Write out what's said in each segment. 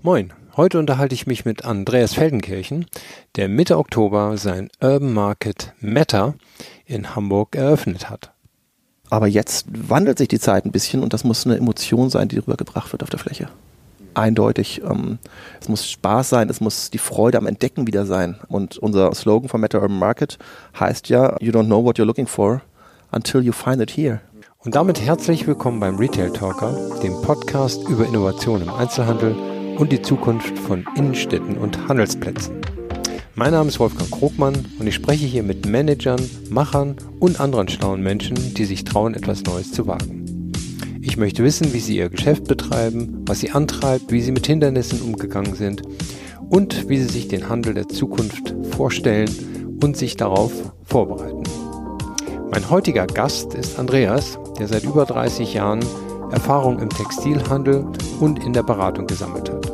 Moin, heute unterhalte ich mich mit Andreas Feldenkirchen, der Mitte Oktober sein Urban Market Meta in Hamburg eröffnet hat. Aber jetzt wandelt sich die Zeit ein bisschen und das muss eine Emotion sein, die rübergebracht wird auf der Fläche. Eindeutig. Es muss Spaß sein, es muss die Freude am Entdecken wieder sein. Und unser Slogan von Meta Urban Market heißt ja, you don't know what you're looking for until you find it here. Und damit herzlich willkommen beim Retail Talker, dem Podcast über Innovation im Einzelhandel und die Zukunft von Innenstädten und Handelsplätzen. Mein Name ist Wolfgang Krogmann und ich spreche hier mit Managern, Machern und anderen schlauen Menschen, die sich trauen, etwas Neues zu wagen. Ich möchte wissen, wie sie ihr Geschäft betreiben, was sie antreibt, wie sie mit Hindernissen umgegangen sind und wie sie sich den Handel der Zukunft vorstellen und sich darauf vorbereiten. Mein heutiger Gast ist Andreas, der seit über 30 Jahren Erfahrung im Textilhandel und in der Beratung gesammelt hat.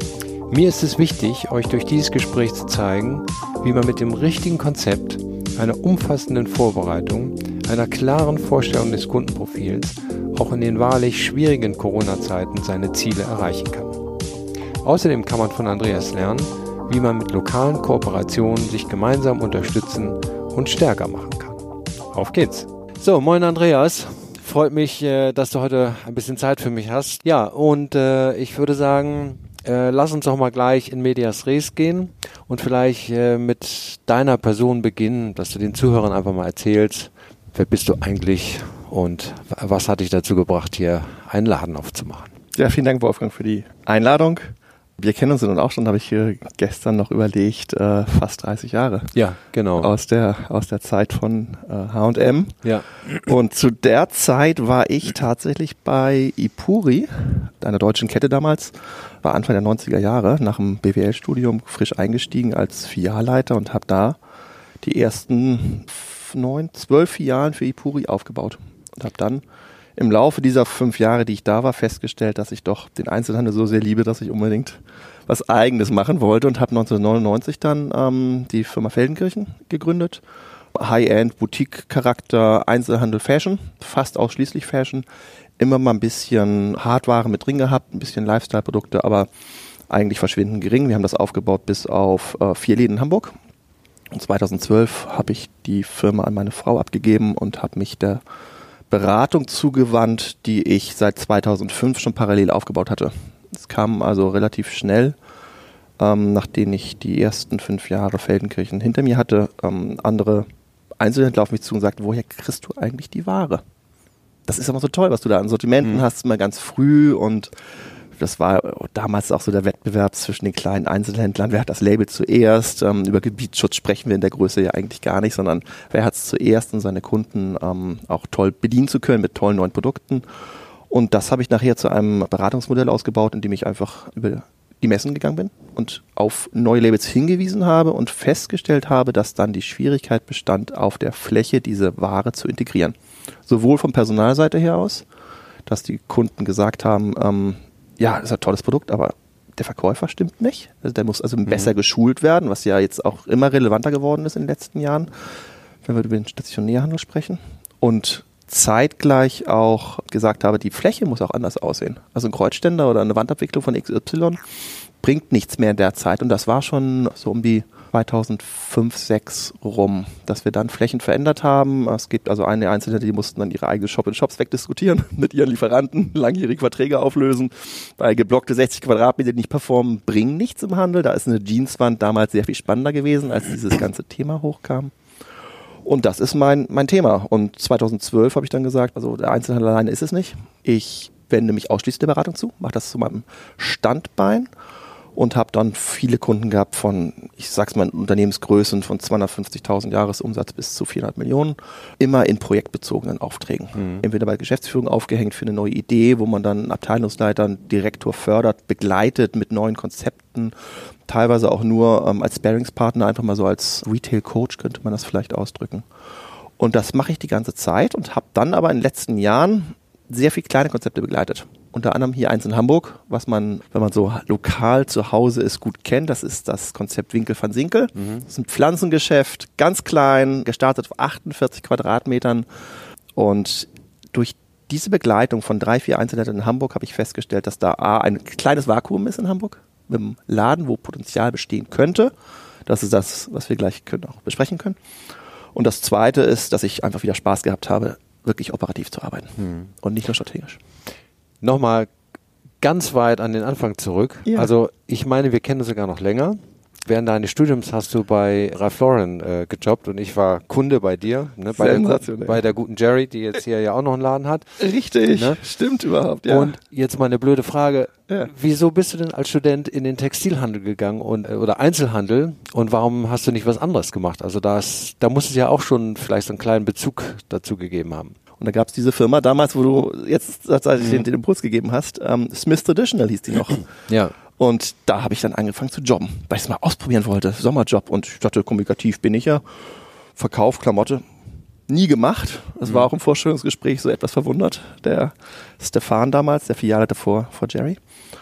Mir ist es wichtig, euch durch dieses Gespräch zu zeigen, wie man mit dem richtigen Konzept, einer umfassenden Vorbereitung, einer klaren Vorstellung des Kundenprofils auch in den wahrlich schwierigen Corona-Zeiten seine Ziele erreichen kann. Außerdem kann man von Andreas lernen, wie man mit lokalen Kooperationen sich gemeinsam unterstützen und stärker machen kann. Auf geht's! So, moin Andreas. Freut mich, dass du heute ein bisschen Zeit für mich hast. Ja, und ich würde sagen, lass uns doch mal gleich in medias res gehen und vielleicht mit deiner Person beginnen, dass du den Zuhörern einfach mal erzählst, wer bist du eigentlich und was hat dich dazu gebracht, hier einen Laden aufzumachen? Ja, vielen Dank, Wolfgang, für die Einladung. Wir kennen uns nun auch schon, habe ich gestern noch überlegt, fast 30 Jahre. Ja, genau. Aus der Zeit von H&M. Ja. Und zu der Zeit war ich tatsächlich bei Ipuri, einer deutschen Kette damals, war Anfang der 90er Jahre, nach dem BWL-Studium frisch eingestiegen als Filialleiter und habe da die ersten 12 Filialen für Ipuri aufgebaut. Und habe dann im Laufe dieser 5 Jahre, die ich da war, festgestellt, dass ich doch den Einzelhandel so sehr liebe, dass ich unbedingt was Eigenes machen wollte und habe 1999 dann die Firma Feldenkirchen gegründet. High-End, Boutique-Charakter, Einzelhandel, Fashion, fast ausschließlich Fashion. Immer mal ein bisschen Hardware mit drin gehabt, ein bisschen Lifestyle-Produkte, aber eigentlich verschwindend gering. Wir haben das aufgebaut bis auf 4 Läden in Hamburg. Und 2012 habe ich die Firma an meine Frau abgegeben und habe mich der Beratung zugewandt, die ich seit 2005 schon parallel aufgebaut hatte. Es kam also relativ schnell, nachdem ich die ersten 5 Jahre Feldenkirchen hinter mir hatte, andere Einzelhändler auf mich zu und sagten, woher kriegst du eigentlich die Ware? Das ist immer so toll, was du da an Sortimenten hast, immer ganz früh, und das war damals auch so der Wettbewerb zwischen den kleinen Einzelhändlern. Wer hat das Label zuerst? Über Gebietsschutz sprechen wir in der Größe ja eigentlich gar nicht, sondern wer hat es zuerst, um seine Kunden auch toll bedienen zu können mit tollen neuen Produkten. Und das habe ich nachher zu einem Beratungsmodell ausgebaut, in dem ich einfach über die Messen gegangen bin und auf neue Labels hingewiesen habe und festgestellt habe, dass dann die Schwierigkeit bestand, auf der Fläche diese Ware zu integrieren. Sowohl von Personalseite her aus, dass die Kunden gesagt haben, ja, das ist ein tolles Produkt, aber der Verkäufer stimmt nicht. Also der muss also besser geschult werden, was ja jetzt auch immer relevanter geworden ist in den letzten Jahren, wenn wir über den Stationärhandel sprechen. Und zeitgleich auch gesagt habe, die Fläche muss auch anders aussehen. Also ein Kreuzständer oder eine Wandabwicklung von XY bringt nichts mehr in der Zeit. Und das war schon so um die 2005, 2006 rum, dass wir dann Flächen verändert haben. Es gibt also eine Einzelne, die mussten dann ihre eigenen Shop-in-Shops wegdiskutieren mit ihren Lieferanten, langjährige Verträge auflösen, weil geblockte 60 Quadratmeter, die nicht performen, bringen nichts im Handel. Da ist eine Jeanswand damals sehr viel spannender gewesen, als dieses ganze Thema hochkam. Und das ist mein Thema. Und 2012 habe ich dann gesagt, also der Einzelhandel alleine ist es nicht. Ich wende mich ausschließlich der Beratung zu, mache das zu meinem Standbein. Und habe dann viele Kunden gehabt von, ich sag's mal, Unternehmensgrößen von 250.000 Jahresumsatz bis zu 400 Millionen, immer in projektbezogenen Aufträgen. Entweder bei Geschäftsführung aufgehängt für eine neue Idee, wo man dann Abteilungsleiter, einen Direktor fördert, begleitet mit neuen Konzepten, teilweise auch nur als Sparringspartner, einfach mal so als Retail-Coach könnte man das vielleicht ausdrücken. Und das mache ich die ganze Zeit und habe dann aber in den letzten Jahren sehr viele kleine Konzepte begleitet. Unter anderem hier eins in Hamburg, was man, wenn man so lokal zu Hause ist, gut kennt. Das ist das Konzept Winkel van Sinkel. Das ist ein Pflanzengeschäft, ganz klein, gestartet auf 48 Quadratmetern. Und durch diese Begleitung von 3, 4 Einzelhändlern in Hamburg habe ich festgestellt, dass da ein kleines Vakuum ist in Hamburg. mit dem Laden, wo Potenzial bestehen könnte. Das ist das, was wir gleich auch besprechen können. Und das Zweite ist, dass ich einfach wieder Spaß gehabt habe, wirklich operativ zu arbeiten und nicht nur strategisch. Nochmal ganz weit an den Anfang zurück. Ja. Also ich meine, wir kennen uns sogar noch länger. Während deines Studiums hast du bei Ralph Lauren gejobbt und ich war Kunde bei dir, ne, bei der guten Jerry, die jetzt hier ja auch noch einen Laden hat. Richtig, ne? Stimmt überhaupt, ja. Und jetzt mal eine blöde Frage, wieso bist du denn als Student in den Textilhandel gegangen oder Einzelhandel und warum hast du nicht was anderes gemacht? Also da muss es ja auch schon vielleicht so einen kleinen Bezug dazu gegeben haben. Und da gab es diese Firma damals, wo du jetzt tatsächlich den Impuls gegeben hast, Smith Traditional hieß die noch. Ja. Und da habe ich dann angefangen zu jobben, weil ich es mal ausprobieren wollte, Sommerjob. Und ich dachte, kommunikativ bin ich ja, Verkauf, Klamotte, nie gemacht. Das war auch im Vorstellungsgespräch so etwas verwundert, der Stefan damals, der Filialleiter vor Jerry.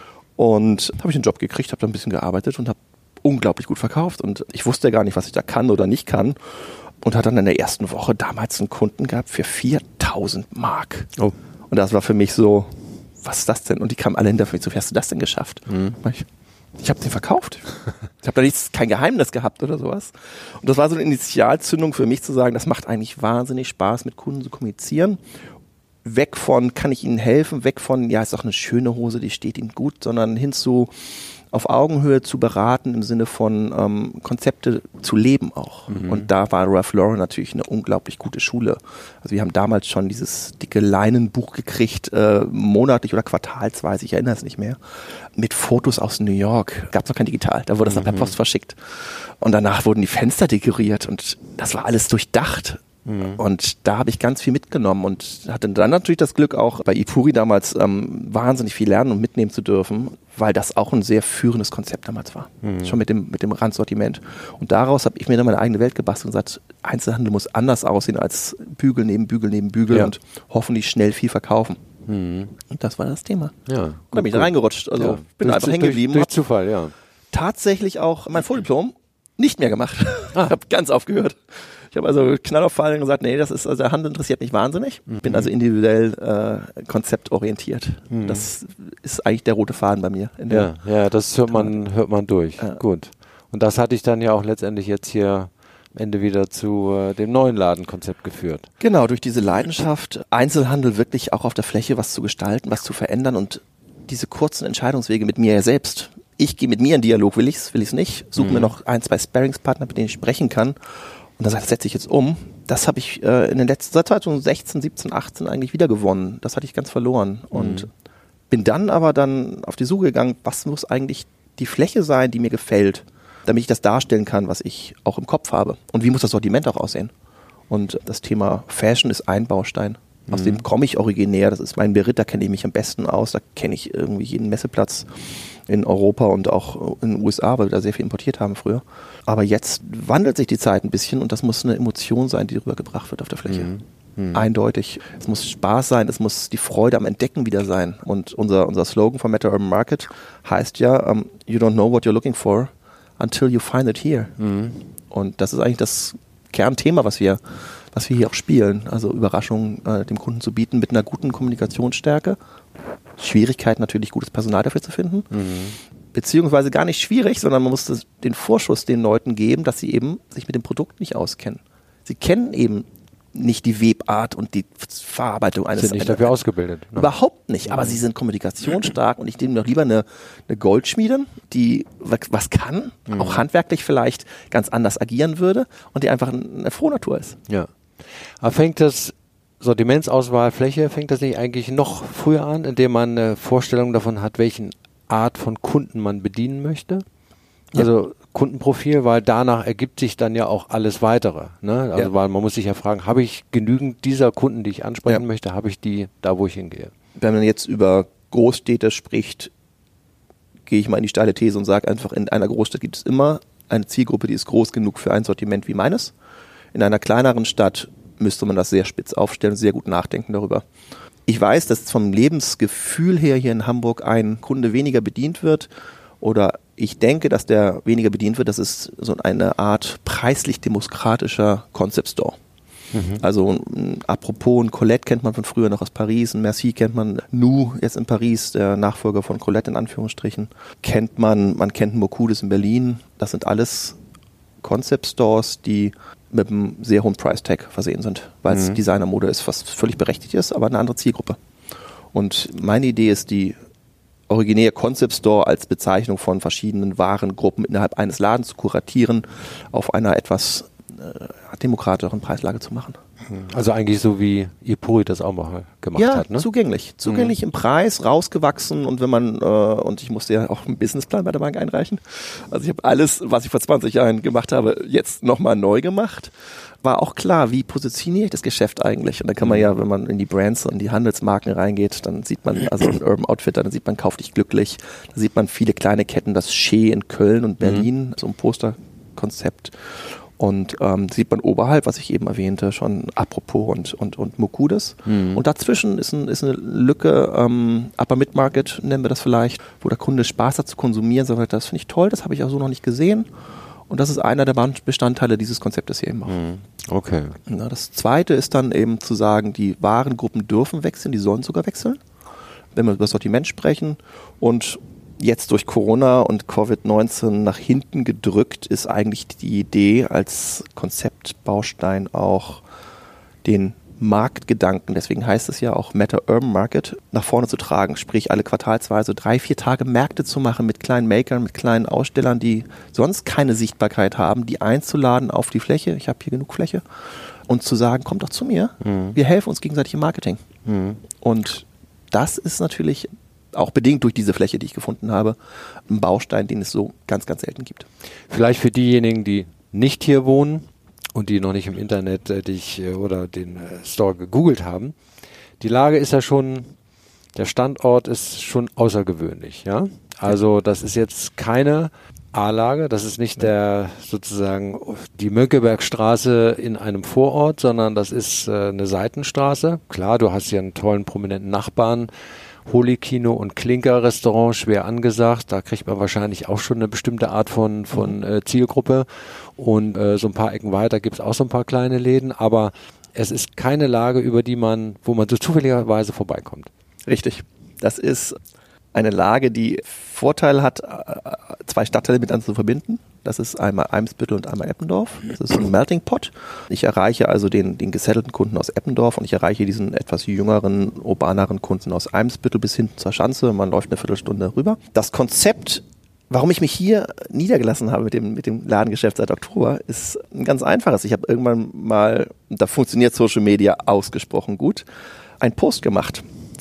Und habe ich einen Job gekriegt, habe da ein bisschen gearbeitet und habe unglaublich gut verkauft. Und ich wusste ja gar nicht, was ich da kann oder nicht kann. Und hatte dann in der ersten Woche damals einen Kunden gehabt für 4.000 Mark. Oh. Und das war für mich so, was ist das denn? Und die kamen alle hinter mich, wie hast du das denn geschafft? Ich habe den verkauft. Ich habe da kein Geheimnis gehabt oder sowas. Und das war so eine Initialzündung für mich zu sagen, das macht eigentlich wahnsinnig Spaß, mit Kunden zu kommunizieren. Weg von, kann ich ihnen helfen? Weg von, ja, ist doch eine schöne Hose, die steht ihnen gut, sondern hin zu auf Augenhöhe zu beraten im Sinne von Konzepte zu leben auch. Und da war Ralph Lauren natürlich eine unglaublich gute Schule. Also wir haben damals schon dieses dicke Leinenbuch gekriegt, monatlich oder quartalsweise, ich erinnere es nicht mehr, mit Fotos aus New York. Gab es noch kein Digital, da wurde das dann per Post verschickt. Und danach wurden die Fenster dekoriert und das war alles durchdacht. Und da habe ich ganz viel mitgenommen und hatte dann natürlich das Glück, auch bei Ipuri damals wahnsinnig viel lernen und mitnehmen zu dürfen, weil das auch ein sehr führendes Konzept damals war. Schon mit dem Randsortiment. Und daraus habe ich mir dann meine eigene Welt gebastelt und gesagt, Einzelhandel muss anders aussehen als Bügel neben Bügel neben Bügel und hoffentlich schnell viel verkaufen. Und das war das Thema. Ja, und da bin ich da reingerutscht. Also bin einfach hängen geblieben. Durch Zufall, ja. Tatsächlich auch mein Vordiplom nicht mehr gemacht. Ich habe ganz aufgehört. Ich habe also knallauffallend gesagt, nee, also der Handel interessiert mich wahnsinnig. Bin also individuell konzeptorientiert. Das ist eigentlich der rote Faden bei mir. Ja, das hört man durch. Ja. Gut. Und das hatte ich dann ja auch letztendlich jetzt hier am Ende wieder zu dem neuen Ladenkonzept geführt. Genau, durch diese Leidenschaft, Einzelhandel wirklich auch auf der Fläche was zu gestalten, was zu verändern und diese kurzen Entscheidungswege mit mir selbst. Ich gehe mit mir in Dialog, will ich's nicht, suche mir noch 1, 2 Sparringspartner, mit denen ich sprechen kann. Und dann das setze ich jetzt um. Das habe ich in den letzten, seit 2016, 17, 18 eigentlich wieder gewonnen. Das hatte ich ganz verloren. Und bin dann aber auf die Suche gegangen, was muss eigentlich die Fläche sein, die mir gefällt, damit ich das darstellen kann, was ich auch im Kopf habe. Und wie muss das Sortiment auch aussehen? Und das Thema Fashion ist ein Baustein. Aus dem komme ich originär. Das ist mein Beritt, da kenne ich mich am besten aus. Da kenne ich irgendwie jeden Messeplatz in Europa und auch in den USA, weil wir da sehr viel importiert haben früher. Aber jetzt wandelt sich die Zeit ein bisschen und das muss eine Emotion sein, die rübergebracht wird auf der Fläche. Eindeutig. Es muss Spaß sein, es muss die Freude am Entdecken wieder sein. Und unser Slogan von Meta Urban Market heißt ja, you don't know what you're looking for until you find it here. Und das ist eigentlich das Kernthema, was wir hier auch spielen. Also Überraschungen dem Kunden zu bieten mit einer guten Kommunikationsstärke. Schwierigkeit natürlich, gutes Personal dafür zu finden. Beziehungsweise gar nicht schwierig, sondern man muss den Vorschuss den Leuten geben, dass sie eben sich mit dem Produkt nicht auskennen. Sie kennen eben nicht die Webart und die Verarbeitung eines. Sind nicht dafür ausgebildet. Ne? Überhaupt nicht, aber sie sind kommunikationsstark und ich nehme doch lieber eine Goldschmiedin, die was kann, auch handwerklich vielleicht ganz anders agieren würde und die einfach eine Frohnatur ist. Ja. Aber fängt das Sortimentsauswahl, Fläche, fängt das nicht eigentlich noch früher an, indem man eine Vorstellung davon hat, welchen Art von Kunden man bedienen möchte? Ja. Also Kundenprofil, weil danach ergibt sich dann ja auch alles Weitere. Ne? Also weil man muss sich ja fragen, habe ich genügend dieser Kunden, die ich ansprechen möchte, habe ich die da, wo ich hingehe? Wenn man jetzt über Großstädte spricht, gehe ich mal in die steile These und sage einfach, in einer Großstadt gibt es immer eine Zielgruppe, die ist groß genug für ein Sortiment wie meines. In einer kleineren Stadt müsste man das sehr spitz aufstellen, sehr gut nachdenken darüber. Ich weiß, dass vom Lebensgefühl her hier in Hamburg ein Kunde weniger bedient wird oder ich denke, dass der weniger bedient wird. Das ist so eine Art preislich demokratischer Concept Store. Also apropos, ein Colette kennt man von früher noch aus Paris, ein Merci kennt man, Nou jetzt in Paris, der Nachfolger von Colette in Anführungsstrichen, man kennt einen Mokudes in Berlin. Das sind alles Concept Stores, die mit einem sehr hohen Price Tag versehen sind, weil es Designermode ist, was völlig berechtigt ist, aber eine andere Zielgruppe. Und meine Idee ist, die originäre Concept Store als Bezeichnung von verschiedenen Warengruppen innerhalb eines Ladens zu kuratieren, auf einer etwas demokratischeren Preislage zu machen. Also eigentlich so wie Ipuri das auch mal gemacht hat, ne? Zugänglich im Preis, rausgewachsen und wenn man, und ich musste ja auch einen Businessplan bei der Bank einreichen, also ich habe alles, was ich vor 20 Jahren gemacht habe, jetzt nochmal neu gemacht. War auch klar, wie positioniere ich das Geschäft eigentlich? Und da kann man ja, wenn man in die Brands und die Handelsmarken reingeht, dann sieht man, also ein Urban Outfitter, dann sieht man Kauf dich glücklich, da sieht man viele kleine Ketten, das Shea in Köln und Berlin, so ein Posterkonzept. Und sieht man oberhalb, was ich eben erwähnte, schon Apropos und Mokudes. Und dazwischen ist eine Lücke, Upper Mid-Market nennen wir das vielleicht, wo der Kunde Spaß hat zu konsumieren, sagt, das finde ich toll, das habe ich auch so noch nicht gesehen. Und das ist einer der Bestandteile dieses Konzeptes hier eben auch. Okay. Na, das Zweite ist dann eben zu sagen, die Warengruppen dürfen wechseln, die sollen sogar wechseln, wenn wir über das Sortiment sprechen. Und jetzt durch Corona und Covid-19 nach hinten gedrückt ist eigentlich die Idee als Konzeptbaustein auch den Marktgedanken, deswegen heißt es ja auch Meta Urban Market, nach vorne zu tragen, sprich alle quartalsweise 3-4 Tage Märkte zu machen mit kleinen Makern, mit kleinen Ausstellern, die sonst keine Sichtbarkeit haben, die einzuladen auf die Fläche, ich habe hier genug Fläche, und zu sagen, kommt doch zu mir, wir helfen uns gegenseitig im Marketing. Und das ist natürlich auch bedingt durch diese Fläche, die ich gefunden habe, ein Baustein, den es so ganz, ganz selten gibt. Vielleicht für diejenigen, die nicht hier wohnen und die noch nicht im Internet dich oder den Store gegoogelt haben. Die Lage ist ja schon, der Standort ist schon außergewöhnlich, ja. Also das ist jetzt keine A-Lage, das ist nicht sozusagen die Mönckebergstraße in einem Vorort, sondern das ist eine Seitenstraße. Klar, du hast ja einen tollen, prominenten Nachbarn, Holy-Kino und Klinker-Restaurant, schwer angesagt. Da kriegt man wahrscheinlich auch schon eine bestimmte Art von Zielgruppe. Und so ein paar Ecken weiter gibt es auch so ein paar kleine Läden. Aber es ist keine Lage, wo man so zufälligerweise vorbeikommt. Richtig. Das ist eine Lage, die Vorteil hat, zwei Stadtteile miteinander zu verbinden. Das ist einmal Eimsbüttel und einmal Eppendorf. Das ist ein Melting Pot. Ich erreiche also den gesettelten Kunden aus Eppendorf und ich erreiche diesen etwas jüngeren, urbaneren Kunden aus Eimsbüttel bis hin zur Schanze. Man läuft eine Viertelstunde rüber. Das Konzept, warum ich mich hier niedergelassen habe mit dem Ladengeschäft seit Oktober, ist ein ganz einfaches. Ich habe irgendwann mal, da funktioniert Social Media ausgesprochen gut, einen Post gemacht.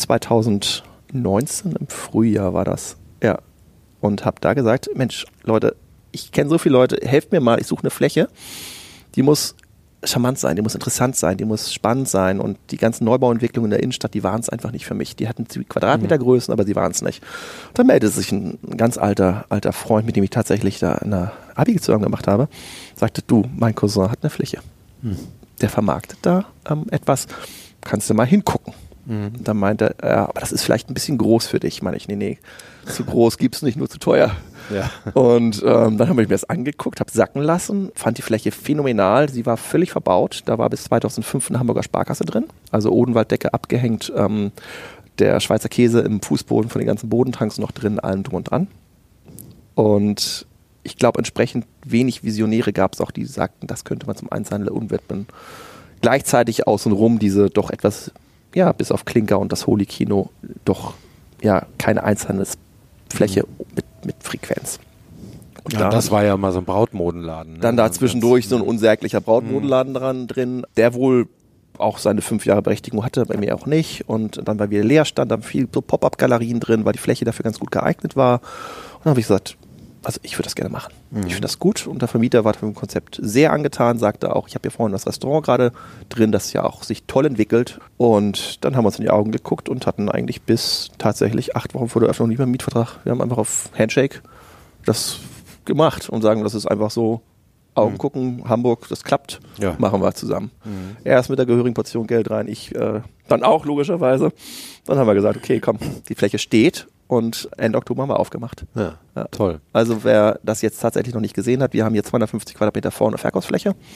2019 im Frühjahr war das. Ja. Und habe da gesagt, Mensch, Leute, ich kenne so viele Leute, helft mir mal, ich suche eine Fläche, die muss charmant sein, die muss interessant sein, die muss spannend sein und die ganzen Neubauentwicklungen in der Innenstadt, die waren es einfach nicht für mich. Die hatten Quadratmetergrößen, aber sie waren es nicht. Da meldete sich ein ganz alter Freund, mit dem ich tatsächlich da eine Abi zusammen gemacht habe, sagte, du, mein Cousin hat eine Fläche. Der vermarktet da etwas, kannst du mal hingucken. Und dann meinte er, aber das ist vielleicht ein bisschen groß für dich. Meine ich, nee, zu groß gibt's nicht, nur zu teuer. Ja. Und dann habe ich mir das angeguckt, habe sacken lassen, fand die Fläche phänomenal. Sie war völlig verbaut. Da war bis 2005 eine Hamburger Sparkasse drin. Also Odenwalddecke abgehängt, der Schweizer Käse im Fußboden von den ganzen Bodentanks noch drin, allem drum und dran. Und ich glaube, entsprechend wenig Visionäre gab es auch, die sagten, das könnte man zum Einzelhandel umwidmen. Gleichzeitig außenrum diese doch etwas, ja, bis auf Klinker und das Holy-Kino, doch ja keine Einzelhandelsfläche mit Frequenz. Und ja, das war ja mal so ein Brautmodenladen. Ne? Dann da zwischendurch so ein unsäglicher Brautmodenladen drin, der wohl auch seine 5 Jahre Berechtigung hatte, bei mir auch nicht. Und dann war wieder Leerstand, dann viel so Pop-Up-Galerien drin, weil die Fläche dafür ganz gut geeignet war. Und dann habe ich gesagt, also ich würde das gerne machen. Ich finde das gut. Und der Vermieter war vom Konzept sehr angetan, sagte auch, ich habe hier vorhin das Restaurant gerade drin, das ja auch sich toll entwickelt. Und dann haben wir uns in die Augen geguckt und hatten eigentlich bis tatsächlich 8 Wochen vor der Öffnung nicht mehr einen Mietvertrag. Wir haben einfach auf Handshake das gemacht und sagen, das ist einfach so, Augen gucken, Hamburg, das klappt, machen wir zusammen. Erst mit der gehörigen Portion Geld rein, ich dann auch logischerweise. Dann haben wir gesagt, okay, komm, die Fläche steht. Und Ende Oktober haben wir aufgemacht. Ja, toll. Also wer das jetzt tatsächlich noch nicht gesehen hat, wir haben hier 250 Quadratmeter Vor- und Verkaufsfläche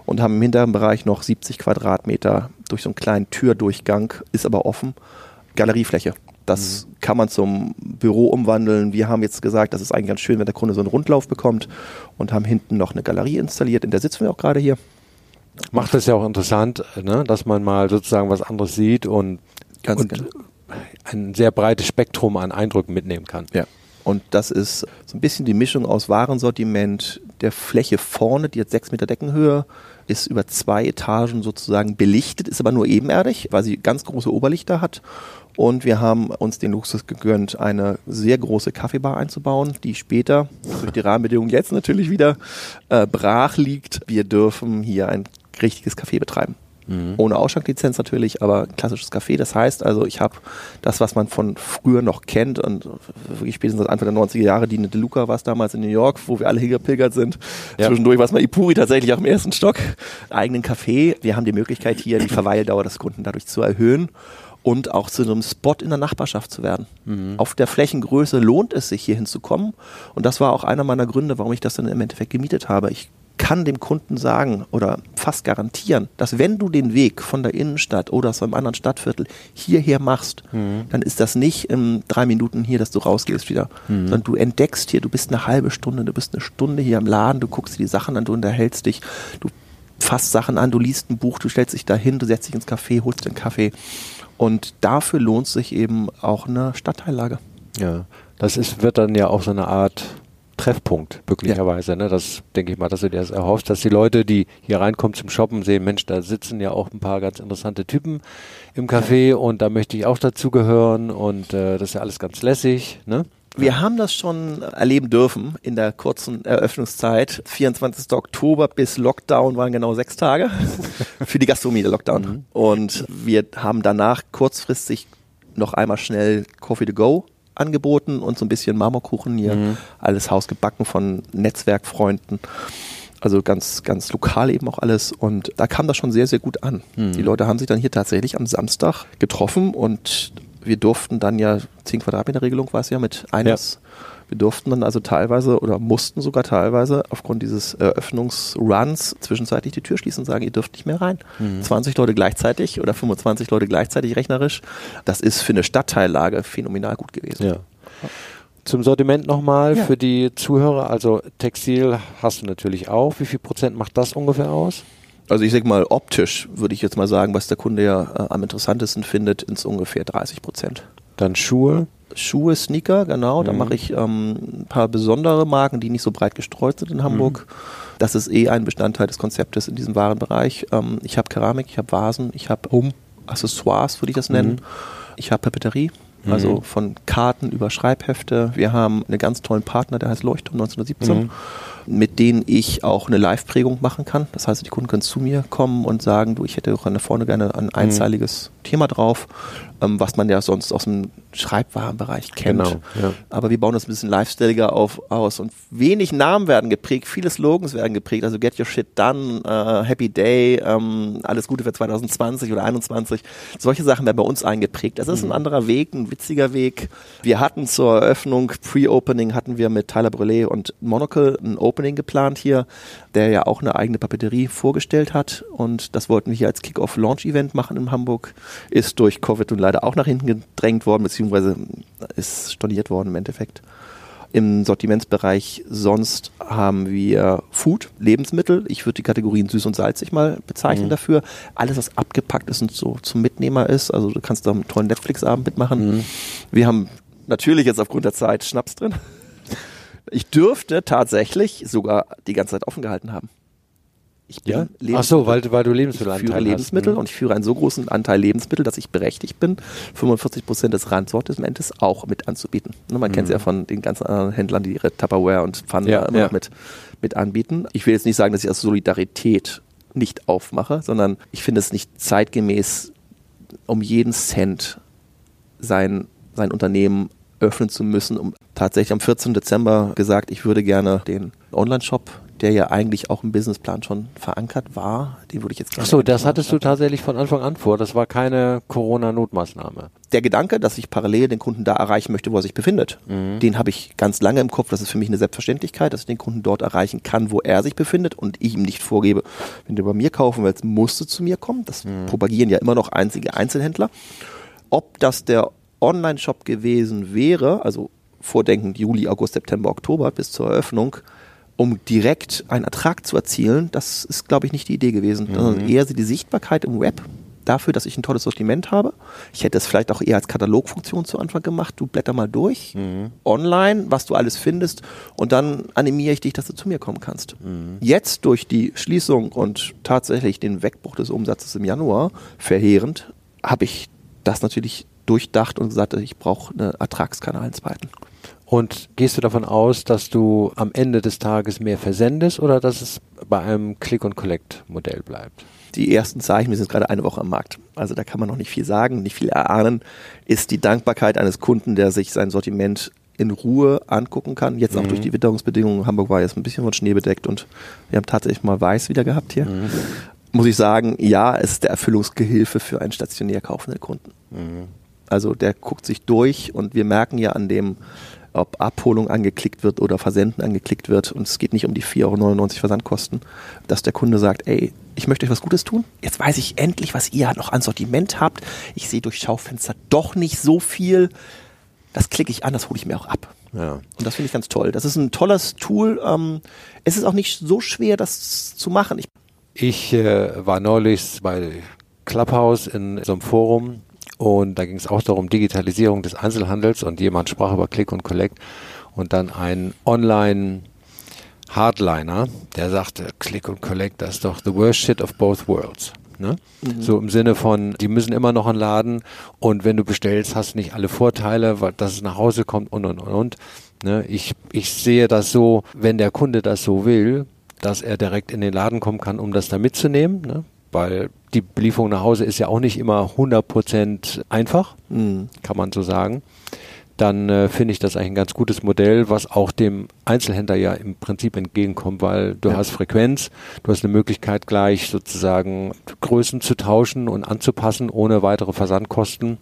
und haben im hinteren Bereich noch 70 Quadratmeter durch so einen kleinen Türdurchgang, ist aber offen, Galeriefläche. Das kann man zum Büro umwandeln. Wir haben jetzt gesagt, das ist eigentlich ganz schön, wenn der Kunde so einen Rundlauf bekommt und haben hinten noch eine Galerie installiert, in der sitzen wir auch gerade hier. Macht es ja auch interessant, ne, dass man mal sozusagen was anderes sieht und ein sehr breites Spektrum an Eindrücken mitnehmen kann. Ja. Und das ist so ein bisschen die Mischung aus Warensortiment der Fläche vorne, die hat 6 Meter Deckenhöhe, ist über 2 Etagen sozusagen belichtet, ist aber nur ebenerdig, weil sie ganz große Oberlichter hat. Und wir haben uns den Luxus gegönnt, eine sehr große Kaffeebar einzubauen, die später, durch die Rahmenbedingungen jetzt natürlich wieder brach liegt. Wir dürfen hier ein richtiges Café betreiben. Ohne Ausschanklizenz natürlich, aber klassisches Café. Das heißt also, ich habe das, was man von früher noch kennt und wirklich spätestens seit Anfang der 90er Jahre, die DeLuca war es damals in New York, wo wir alle hingepilgert sind. Ja. Zwischendurch war es mal Ipuri tatsächlich auch im ersten Stock. Eigenen Café. Wir haben die Möglichkeit hier, die Verweildauer des Kunden dadurch zu erhöhen und auch zu einem Spot in der Nachbarschaft zu werden. Auf der Flächengröße lohnt es sich, hier hinzukommen. Und das war auch einer meiner Gründe, warum ich das dann im Endeffekt gemietet habe. Ich kann dem Kunden sagen oder fast garantieren, dass wenn du den Weg von der Innenstadt oder aus einem anderen Stadtviertel hierher machst, dann ist das nicht in 3 Minuten hier, dass du rausgehst wieder, sondern du entdeckst hier, du bist eine halbe Stunde, du bist eine Stunde hier im Laden, du guckst dir die Sachen an, du unterhältst dich, du fasst Sachen an, du liest ein Buch, du stellst dich dahin, du setzt dich ins Café, holst den Kaffee und dafür lohnt sich eben auch eine Stadtteillage. Ja, wird dann ja auch so eine Art Treffpunkt, möglicherweise. Ja. Ne? Das denke ich mal, dass du dir das erhoffst, dass die Leute, die hier reinkommen zum Shoppen, sehen, Mensch, da sitzen ja auch ein paar ganz interessante Typen im Café und da möchte ich auch dazugehören und das ist ja alles ganz lässig. Ne? Wir haben das schon erleben dürfen in der kurzen Eröffnungszeit. 24. Oktober bis Lockdown waren genau 6 Tage für die Gastronomie, der Lockdown. Und wir haben danach kurzfristig noch einmal schnell Coffee to go angeboten und so ein bisschen Marmorkuchen hier, alles hausgebacken von Netzwerkfreunden, also ganz, ganz lokal eben auch alles und da kam das schon sehr, sehr gut an. Die Leute haben sich dann hier tatsächlich am Samstag getroffen und wir durften dann ja, 10 Quadratmeter Regelung war es ja mit eines, wir durften dann also teilweise oder mussten sogar teilweise aufgrund dieses Eröffnungsruns zwischenzeitlich die Tür schließen und sagen, ihr dürft nicht mehr rein. 20 Leute gleichzeitig oder 25 Leute gleichzeitig rechnerisch. Das ist für eine Stadtteillage phänomenal gut gewesen. Ja. Zum Sortiment nochmal für die Zuhörer, also Textil hast du natürlich auch. Wie viel Prozent macht das ungefähr aus? Also ich sag mal, optisch würde ich jetzt mal sagen, was der Kunde ja am interessantesten findet, ins ungefähr 30%. Dann Schuhe? Schuhe, Sneaker, genau. Da mache ich ein paar besondere Marken, die nicht so breit gestreut sind in Hamburg. Das ist ein Bestandteil des Konzeptes in diesem Warenbereich. Ich habe Keramik, ich habe Vasen, ich habe Accessoires, würde ich das nennen. Ich habe Papeterie, also von Karten über Schreibhefte. Wir haben einen ganz tollen Partner, der heißt Leuchtturm 1917. Mit denen ich auch eine Live-Prägung machen kann. Das heißt, die Kunden können zu mir kommen und sagen, du, ich hätte auch vorne gerne ein einzeiliges Thema drauf, was man ja sonst aus dem Schreibwarenbereich kennt. Genau, ja. Aber wir bauen das ein bisschen lifestyleiger aus und wenig Namen werden geprägt, viele Slogans werden geprägt, also Get Your Shit Done, Happy Day, alles Gute für 2020 oder 2021. Solche Sachen werden bei uns eingeprägt. Das ist ein anderer Weg, ein witziger Weg. Wir hatten zur Eröffnung, Pre-Opening hatten wir mit Tyler Brûlé und Monocle ein Opening geplant hier, der ja auch eine eigene Papeterie vorgestellt hat und das wollten wir hier als Kick-Off-Launch-Event machen in Hamburg. Ist durch Covid und leider auch nach hinten gedrängt worden, beziehungsweise ist storniert worden im Endeffekt. Im Sortimentsbereich sonst haben wir Food, Lebensmittel. Ich würde die Kategorien süß und salzig mal bezeichnen dafür. Alles, was abgepackt ist und so zum Mitnehmer ist. Also du kannst da einen tollen Netflix-Abend mitmachen. Wir haben natürlich jetzt aufgrund der Zeit Schnaps drin. Ich dürfte tatsächlich sogar die ganze Zeit offen gehalten haben. Ich bin Ach so, weil du Lebensmittelanteil hast. Ich führe Lebensmittel und ich führe einen so großen Anteil Lebensmittel, dass ich berechtigt bin, 45% des Randsortimentes auch mit anzubieten. Man kennt es ja von den ganzen anderen Händlern, die ihre Tupperware und Pfannen immer mit anbieten. Ich will jetzt nicht sagen, dass ich aus Solidarität nicht aufmache, sondern ich finde es nicht zeitgemäß, um jeden Cent sein Unternehmen öffnen zu müssen, um tatsächlich am 14. Dezember gesagt, ich würde gerne den Online-Shop der ja eigentlich auch im Businessplan schon verankert war, den würde ich jetzt gerne... Achso, das hattest du tatsächlich von Anfang an vor, das war keine Corona-Notmaßnahme. Der Gedanke, dass ich parallel den Kunden da erreichen möchte, wo er sich befindet, den habe ich ganz lange im Kopf. Das ist für mich eine Selbstverständlichkeit, dass ich den Kunden dort erreichen kann, wo er sich befindet und ich ihm nicht vorgebe, wenn du bei mir kaufen willst, musst du zu mir kommen. Das propagieren ja immer noch einzige Einzelhändler. Ob das der Online-Shop gewesen wäre, also vordenkend Juli, August, September, Oktober bis zur Eröffnung, um direkt einen Ertrag zu erzielen, das ist, glaube ich, nicht die Idee gewesen, sondern eher die Sichtbarkeit im Web dafür, dass ich ein tolles Sortiment habe. Ich hätte es vielleicht auch eher als Katalogfunktion zu Anfang gemacht. Du blätter mal durch, online, was du alles findest und dann animiere ich dich, dass du zu mir kommen kannst. Jetzt durch die Schließung und tatsächlich den Wegbruch des Umsatzes im Januar, verheerend, habe ich das natürlich durchdacht und gesagt, ich brauche einen Ertragskanal, einen zweiten. Und gehst du davon aus, dass du am Ende des Tages mehr versendest oder dass es bei einem Click-and-Collect-Modell bleibt? Die ersten Zeichen, wir sind gerade eine Woche am Markt, also da kann man noch nicht viel sagen, nicht viel erahnen, ist die Dankbarkeit eines Kunden, der sich sein Sortiment in Ruhe angucken kann. Jetzt auch durch die Witterungsbedingungen. Hamburg war jetzt ein bisschen von Schnee bedeckt und wir haben tatsächlich mal weiß wieder gehabt hier. Muss ich sagen, ja, es ist der Erfüllungsgehilfe für einen stationär kaufenden Kunden. Also der guckt sich durch und wir merken ja an dem, ob Abholung angeklickt wird oder Versenden angeklickt wird und es geht nicht um die 4,99 € Versandkosten, dass der Kunde sagt, ey, ich möchte euch was Gutes tun. Jetzt weiß ich endlich, was ihr noch an Sortiment habt. Ich sehe durch Schaufenster doch nicht so viel. Das klicke ich an, das hole ich mir auch ab. Ja. Und das finde ich ganz toll. Das ist ein tolles Tool. Es ist auch nicht so schwer, das zu machen. Ich war neulich bei Clubhouse in so einem Forum und da ging es auch darum, Digitalisierung des Einzelhandels und jemand sprach über Click und Collect und dann ein Online-Hardliner, der sagte, Click und Collect, das ist doch the worst shit of both worlds. Ne? So im Sinne von, die müssen immer noch einen Laden und wenn du bestellst, hast du nicht alle Vorteile, weil dass es nach Hause kommt und. Ne? Ich sehe das so, wenn der Kunde das so will, dass er direkt in den Laden kommen kann, um das da mitzunehmen, ne? Weil die Belieferung nach Hause ist ja auch nicht immer 100% einfach, kann man so sagen. Dann finde ich das eigentlich ein ganz gutes Modell, was auch dem Einzelhändler ja im Prinzip entgegenkommt, weil du hast Frequenz, du hast eine Möglichkeit gleich sozusagen Größen zu tauschen und anzupassen ohne weitere Versandkosten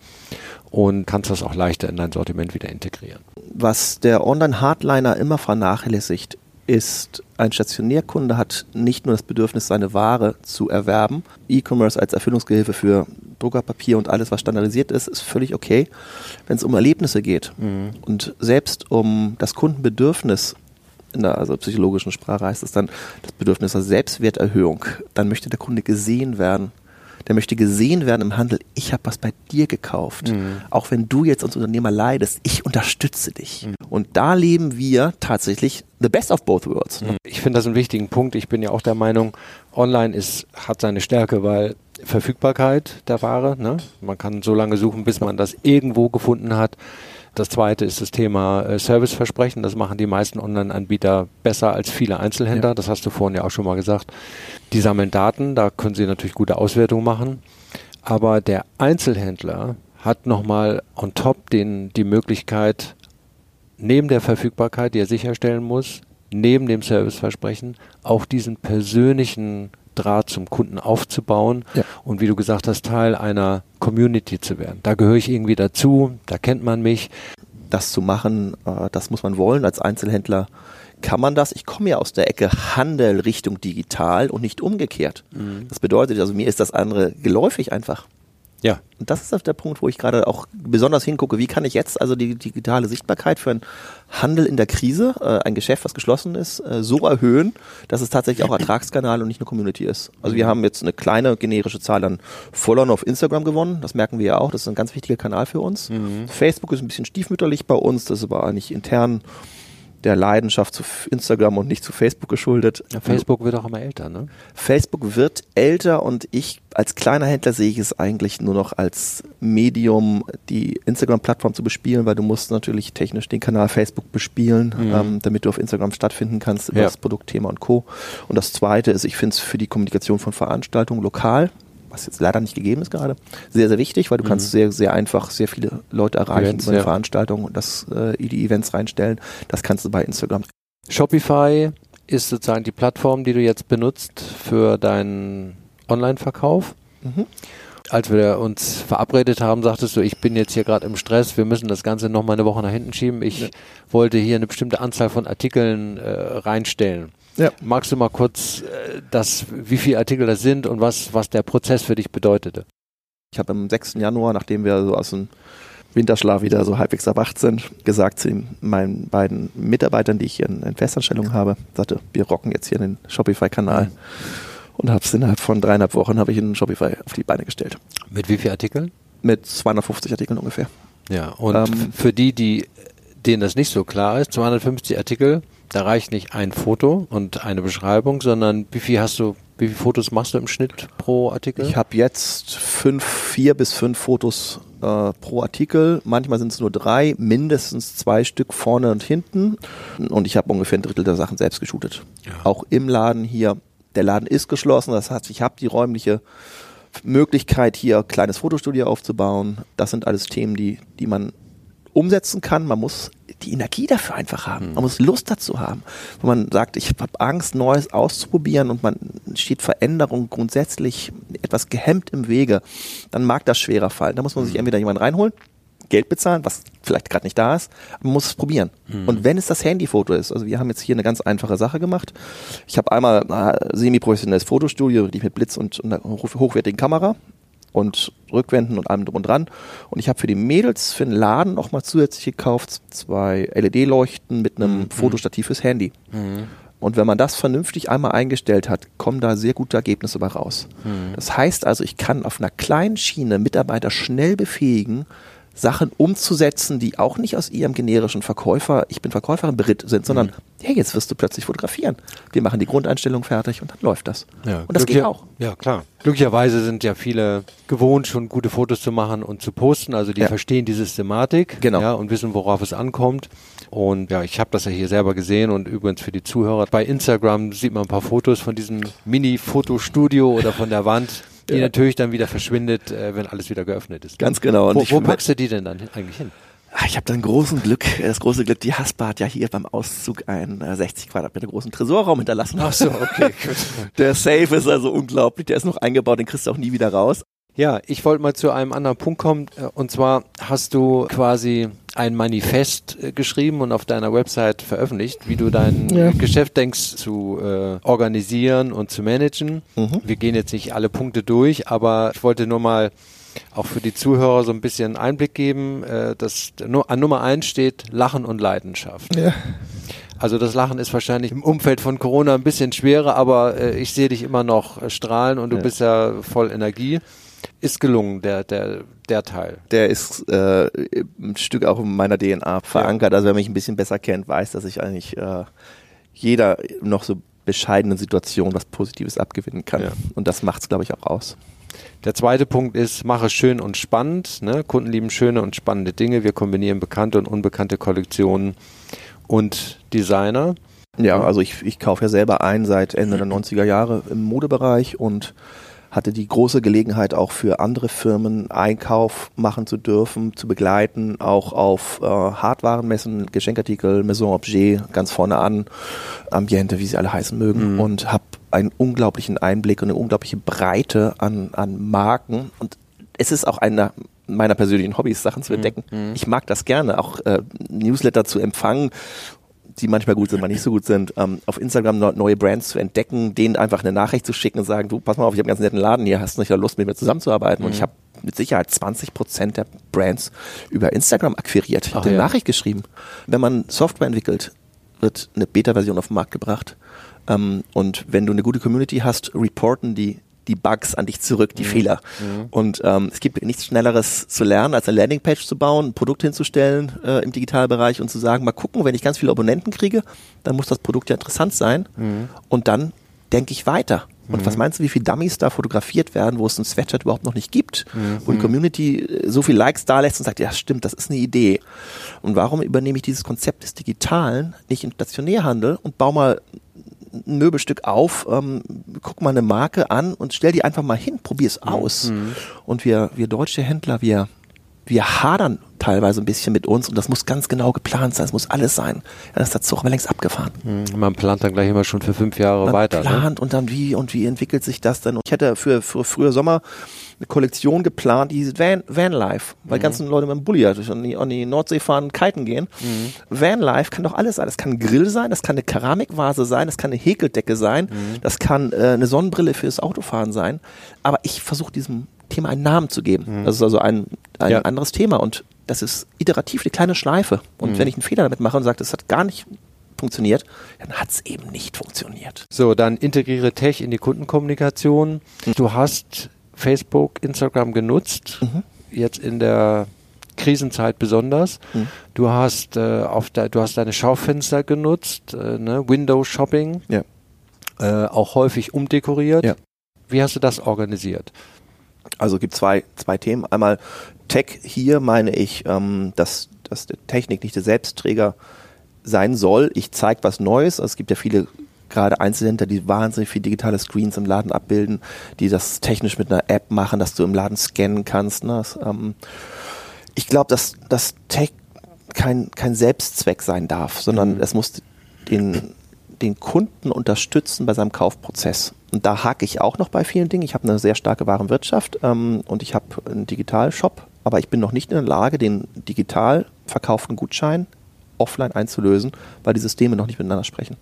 und kannst das auch leichter in dein Sortiment wieder integrieren. Was der Online-Hardliner immer vernachlässigt, ist, ein Stationärkunde hat nicht nur das Bedürfnis, seine Ware zu erwerben. E-Commerce als Erfüllungsgehilfe für Druckerpapier und alles, was standardisiert ist, ist völlig okay. Wenn es um Erlebnisse geht und selbst um das Kundenbedürfnis, in der also psychologischen Sprache heißt es dann, das Bedürfnis der Selbstwerterhöhung, dann möchte der Kunde gesehen werden. Der möchte gesehen werden im Handel, ich habe was bei dir gekauft. Auch wenn du jetzt als Unternehmer leidest, ich unterstütze dich. Und da leben wir tatsächlich the best of both worlds. Ich finde das einen wichtigen Punkt. Ich bin ja auch der Meinung, online hat seine Stärke, weil Verfügbarkeit der Ware, ne? Man kann so lange suchen, bis man das irgendwo gefunden hat. Das zweite ist das Thema Serviceversprechen. Das machen die meisten Online-Anbieter besser als viele Einzelhändler. Ja. Das hast du vorhin ja auch schon mal gesagt. Die sammeln Daten, da können sie natürlich gute Auswertungen machen. Aber der Einzelhändler hat nochmal on top die Möglichkeit, neben der Verfügbarkeit, die er sicherstellen muss, neben dem Serviceversprechen, auch diesen persönlichen Draht zum Kunden aufzubauen und wie du gesagt hast, Teil einer Community zu werden. Da gehöre ich irgendwie dazu, da kennt man mich. Das zu machen, das muss man wollen. Als Einzelhändler kann man das. Ich komme ja aus der Ecke Handel Richtung digital und nicht umgekehrt. Das bedeutet, also mir ist das andere geläufig einfach. Ja. Und das ist der Punkt, wo ich gerade auch besonders hingucke, wie kann ich jetzt also die digitale Sichtbarkeit für einen Handel in der Krise, ein Geschäft, was geschlossen ist, so erhöhen, dass es tatsächlich auch Ertragskanal und nicht eine Community ist. Also wir haben jetzt eine kleine generische Zahl an Followern auf Instagram gewonnen, das merken wir ja auch, das ist ein ganz wichtiger Kanal für uns. Facebook ist ein bisschen stiefmütterlich bei uns, das ist aber nicht intern der Leidenschaft zu Instagram und nicht zu Facebook geschuldet. Ja, Facebook wird auch immer älter, ne? Facebook wird älter und ich als kleiner Händler sehe ich es eigentlich nur noch als Medium, die Instagram-Plattform zu bespielen, weil du musst natürlich technisch den Kanal Facebook bespielen, damit du auf Instagram stattfinden kannst über das Produktthema und Co. Und das Zweite ist, ich finde es für die Kommunikation von Veranstaltungen lokal, was jetzt leider nicht gegeben ist gerade, sehr, sehr wichtig, weil du kannst sehr, sehr einfach sehr viele Leute erreichen über eine Veranstaltung und die Events reinstellen. Das kannst du bei Instagram. Shopify ist sozusagen die Plattform, die du jetzt benutzt für deinen Online-Verkauf. Als wir uns verabredet haben, sagtest du, ich bin jetzt hier gerade im Stress, wir müssen das Ganze noch mal eine Woche nach hinten schieben. Ich wollte hier eine bestimmte Anzahl von Artikeln reinstellen. Ja. Magst du mal kurz wie viele Artikel das sind und was der Prozess für dich bedeutete? Ich habe am 6. Januar, nachdem wir so aus dem Winterschlaf wieder so halbwegs erwacht sind, gesagt zu meinen beiden Mitarbeitern, die ich hier in Festanstellung habe, sagte, wir rocken jetzt hier den Shopify-Kanal. Und habe es innerhalb von 3,5 Wochen habe ich einen Shopify auf die Beine gestellt. Mit wie vielen Artikeln? Mit 250 Artikeln ungefähr. Ja, und für denen das nicht so klar ist, 250 Artikel, da reicht nicht ein Foto und eine Beschreibung, sondern wie viele Fotos machst du im Schnitt pro Artikel? Ich habe jetzt 4 bis 5 Fotos pro Artikel. Manchmal sind es nur 3, mindestens 2 Stück vorne und hinten. Und ich habe ungefähr ein Drittel der Sachen selbst geshootet. Ja. Auch im Laden hier. Der Laden ist geschlossen, das heißt, ich habe die räumliche Möglichkeit, hier ein kleines Fotostudio aufzubauen. Das sind alles Themen, die man umsetzen kann. Man muss die Energie dafür einfach haben. Man muss Lust dazu haben. Wenn man sagt, ich habe Angst, Neues auszuprobieren und man steht Veränderung grundsätzlich etwas gehemmt im Wege, dann mag das schwerer fallen. Da muss man sich entweder jemanden reinholen, Geld bezahlen, was vielleicht gerade nicht da ist, man muss es probieren. Und wenn es das Handyfoto ist, also wir haben jetzt hier eine ganz einfache Sache gemacht. Ich habe einmal ein semi-professionelles Fotostudio, die mit Blitz und einer hochwertigen Kamera und Rückwänden und allem drum und dran. Und ich habe für die Mädels, für den Laden nochmal zusätzlich gekauft 2 LED-Leuchten mit einem Fotostativ fürs Handy. Und wenn man das vernünftig einmal eingestellt hat, kommen da sehr gute Ergebnisse bei raus. Das heißt also, ich kann auf einer kleinen Schiene Mitarbeiter schnell befähigen, Sachen umzusetzen, die auch nicht aus ihrem generischen ich bin Verkäuferin Beritt sind, sondern hey, jetzt wirst du plötzlich fotografieren. Wir machen die Grundeinstellung fertig und dann läuft das. Ja, und das geht auch. Ja, klar. Glücklicherweise sind ja viele gewohnt, schon gute Fotos zu machen und zu posten. Also die verstehen die Systematik und wissen, worauf es ankommt. Und ja, ich habe das ja hier selber gesehen und übrigens für die Zuhörer, bei Instagram sieht man ein paar Fotos von diesem Mini-Fotostudio oder von der Wand, die natürlich dann wieder verschwindet, wenn alles wieder geöffnet ist. Ganz genau. Und wo packst du die denn dann eigentlich hin? Ich habe dann das große Glück, die Haspa hat ja hier beim Auszug einen 60 Quadratmeter großen Tresorraum hinterlassen. Ach so, okay, gut. Der Safe ist also unglaublich, der ist noch eingebaut, den kriegst du auch nie wieder raus. Ja, ich wollte mal zu einem anderen Punkt kommen, und zwar hast du quasi ein Manifest geschrieben und auf deiner Website veröffentlicht, wie du dein Geschäft denkst zu organisieren und zu managen. Wir gehen jetzt nicht alle Punkte durch, aber ich wollte nur mal auch für die Zuhörer so ein bisschen Einblick geben, dass an Nummer 1 steht Lachen und Leidenschaft. Ja. Also das Lachen ist wahrscheinlich im Umfeld von Corona ein bisschen schwerer, aber ich sehe dich immer noch strahlen und du bist ja voll Energie. Ist gelungen, der Teil. Der ist ein Stück auch in meiner DNA verankert. Also wer mich ein bisschen besser kennt, weiß, dass ich eigentlich jeder noch so bescheidenen Situation was Positives abgewinnen kann. Ja. Und das macht es, glaube ich, auch aus. Der zweite Punkt ist, mache schön und spannend. Ne? Kunden lieben schöne und spannende Dinge. Wir kombinieren bekannte und unbekannte Kollektionen und Designer. Ja, also ich kaufe ja selber ein seit Ende der 90er Jahre im Modebereich und hatte die große Gelegenheit, auch für andere Firmen Einkauf machen zu dürfen, zu begleiten, auch auf Hardwarenmessen, Geschenkartikel, Maison Objet, ganz vorne an, Ambiente, wie sie alle heißen mögen, und habe einen unglaublichen Einblick und eine unglaubliche Breite an Marken. Und es ist auch einer meiner persönlichen Hobbys, Sachen zu entdecken. Ich mag das gerne, auch Newsletter zu empfangen, die manchmal gut sind, manchmal nicht so gut sind, auf Instagram neue Brands zu entdecken, denen einfach eine Nachricht zu schicken und sagen, du, pass mal auf, ich habe einen ganz netten Laden hier, hast du nicht Lust, mit mir zusammenzuarbeiten? Und ich habe mit Sicherheit 20% der Brands über Instagram akquiriert. Ich habe eine Nachricht geschrieben. Wenn man Software entwickelt, wird eine Beta-Version auf den Markt gebracht. Und wenn du eine gute Community hast, reporten die Bugs an dich zurück, die Fehler. Und es gibt nichts Schnelleres zu lernen, als eine Landingpage zu bauen, ein Produkt hinzustellen im Digitalbereich und zu sagen, mal gucken, wenn ich ganz viele Abonnenten kriege, dann muss das Produkt ja interessant sein. Und dann denke ich weiter. Und was meinst du, wie viele Dummies da fotografiert werden, wo es ein Sweatshirt überhaupt noch nicht gibt, wo die Community so viel Likes da lässt und sagt, ja stimmt, das ist eine Idee. Und warum übernehme ich dieses Konzept des Digitalen nicht im Stationärhandel und baue mal ein Möbelstück auf, guck mal eine Marke an und stell die einfach mal hin, probier es aus. Und wir deutsche Händler, wir hadern teilweise ein bisschen mit uns und das muss ganz genau geplant sein, es muss alles sein. Ja, das ist der Zug aber längst abgefahren. Man plant dann gleich immer schon für 5 Jahre weiter. Man plant, ne? Und dann wie entwickelt sich das denn? Und ich hätte für früher Sommer eine Kollektion geplant, die hieß Vanlife, weil ganzen Leute mit dem Bulli an die Nordsee fahren, kiten gehen. Vanlife kann doch alles sein. Das kann ein Grill sein, das kann eine Keramikvase sein, das kann eine Häkeldecke sein, das kann eine Sonnenbrille fürs Autofahren sein. Aber ich versuche diesem Thema einen Namen zu geben. Das ist also ein anderes Thema und das ist iterativ eine kleine Schleife. Und wenn ich einen Fehler damit mache und sage, das hat gar nicht funktioniert, dann hat es eben nicht funktioniert. So, dann integriere Tech in die Kundenkommunikation. Du hast Facebook, Instagram genutzt, jetzt in der Krisenzeit besonders. Du hast deine Schaufenster genutzt, Window Shopping, auch häufig umdekoriert. Ja. Wie hast du das organisiert? Also es gibt zwei Themen. Einmal Tech, hier meine ich, dass die Technik nicht der Selbstträger sein soll. Ich zeige was Neues. Also es gibt ja viele gerade Einzelhändler, die wahnsinnig viele digitale Screens im Laden abbilden, die das technisch mit einer App machen, dass du im Laden scannen kannst. Ne? Ich glaube, dass Tech kein Selbstzweck sein darf, sondern es muss den Kunden unterstützen bei seinem Kaufprozess. Und da hake ich auch noch bei vielen Dingen. Ich habe eine sehr starke Warenwirtschaft und ich habe einen Digitalshop, aber ich bin noch nicht in der Lage, den digital verkauften Gutschein offline einzulösen, weil die Systeme noch nicht miteinander sprechen.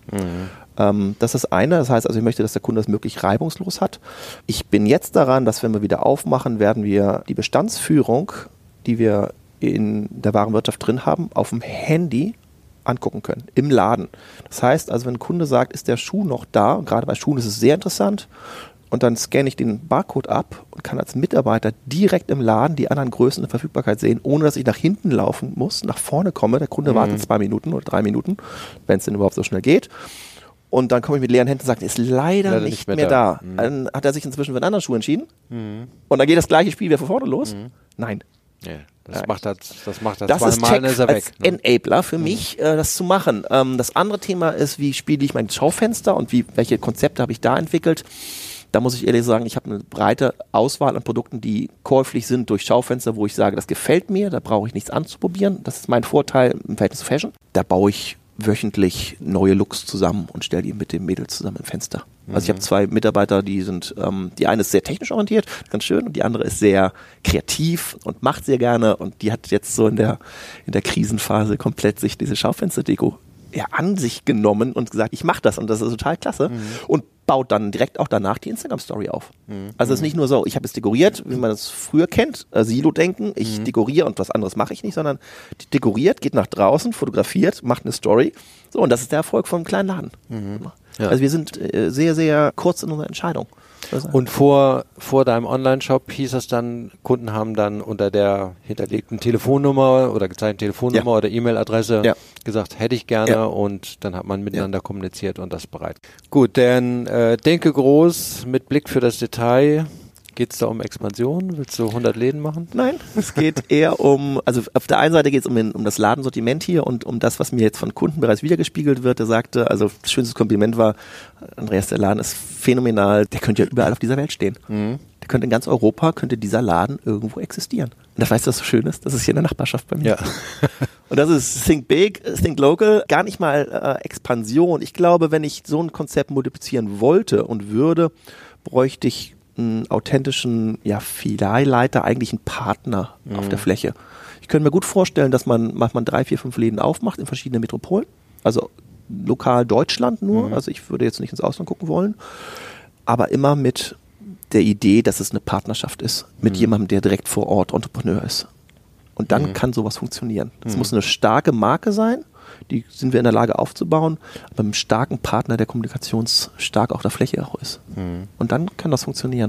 Das ist das eine. Das heißt also, ich möchte, dass der Kunde das möglichst reibungslos hat. Ich bin jetzt daran, dass wenn wir wieder aufmachen, werden wir die Bestandsführung, die wir in der Warenwirtschaft drin haben, auf dem Handy angucken können, im Laden. Das heißt also, wenn ein Kunde sagt, ist der Schuh noch da, und gerade bei Schuhen ist es sehr interessant, und dann scanne ich den Barcode ab und kann als Mitarbeiter direkt im Laden die anderen Größen der Verfügbarkeit sehen, ohne dass ich nach hinten laufen muss, nach vorne komme. Der Kunde wartet 2 Minuten oder 3 Minuten, wenn es denn überhaupt so schnell geht. Und dann komme ich mit leeren Händen und sage, ist leider nicht mehr da. Dann hat er sich inzwischen für einen anderen Schuh entschieden. Und dann geht das gleiche Spiel wieder von vorne los. Nein. Ja, das macht er das zweimal, dann ist er weg. Als Enabler für mich, das zu machen. Das andere Thema ist, wie spiele ich mein Schaufenster und welche Konzepte habe ich da entwickelt. Da muss ich ehrlich sagen, ich habe eine breite Auswahl an Produkten, die käuflich sind durch Schaufenster, wo ich sage, das gefällt mir, da brauche ich nichts anzuprobieren. Das ist mein Vorteil im Verhältnis zu Fashion. Da baue ich wöchentlich neue Looks zusammen und stelle die mit dem Mädels zusammen im Fenster. Also ich habe 2 Mitarbeiter, die sind, die eine ist sehr technisch orientiert, ganz schön, und die andere ist sehr kreativ und macht sehr gerne, und die hat jetzt so in der Krisenphase komplett sich diese Schaufensterdeko an sich genommen und gesagt, ich mache das, und das ist total klasse, und baut dann direkt auch danach die Instagram-Story auf. Also es ist nicht nur so, ich habe es dekoriert, wie man es früher kennt, Silo-Denken, ich dekoriere und was anderes mache ich nicht, sondern die dekoriert, geht nach draußen, fotografiert, macht eine Story. So, und das ist der Erfolg von einem kleinen Laden. Ja. Also wir sind sehr, sehr kurz in unserer Entscheidung. Und vor deinem Online-Shop hieß es dann, Kunden haben dann unter der hinterlegten Telefonnummer oder gezeigten Telefonnummer oder E-Mail-Adresse gesagt, hätte ich gerne, und dann hat man miteinander kommuniziert und das bereit. Gut, dann denke groß, mit Blick für das Detail. Geht es da um Expansion? Willst du 100 Läden machen? Nein, es geht eher also auf der einen Seite geht es um das Ladensortiment hier und um das, was mir jetzt von Kunden bereits wiedergespiegelt wird. Der sagte, also das schönste Kompliment war, Andreas, der Laden ist phänomenal, der könnte ja überall auf dieser Welt stehen. Der könnte in ganz Europa, könnte dieser Laden irgendwo existieren. Und das weißt du, was so schön ist? Das ist hier in der Nachbarschaft bei mir. Ja. Und das ist Think Big, Think Local, gar nicht mal Expansion. Ich glaube, wenn ich so ein Konzept multiplizieren wollte und würde, bräuchte ich einen authentischen Filialleiter, eigentlich einen Partner auf der Fläche. Ich könnte mir gut vorstellen, dass man 3, 4, 5 Läden aufmacht in verschiedenen Metropolen, also lokal Deutschland nur, also ich würde jetzt nicht ins Ausland gucken wollen, aber immer mit der Idee, dass es eine Partnerschaft ist, mit jemandem, der direkt vor Ort Entrepreneur ist. Und dann kann sowas funktionieren. Es muss eine starke Marke sein, die sind wir in der Lage aufzubauen, aber mit einem starken Partner, der kommunikationsstark auf der Fläche auch ist. Und dann kann das funktionieren.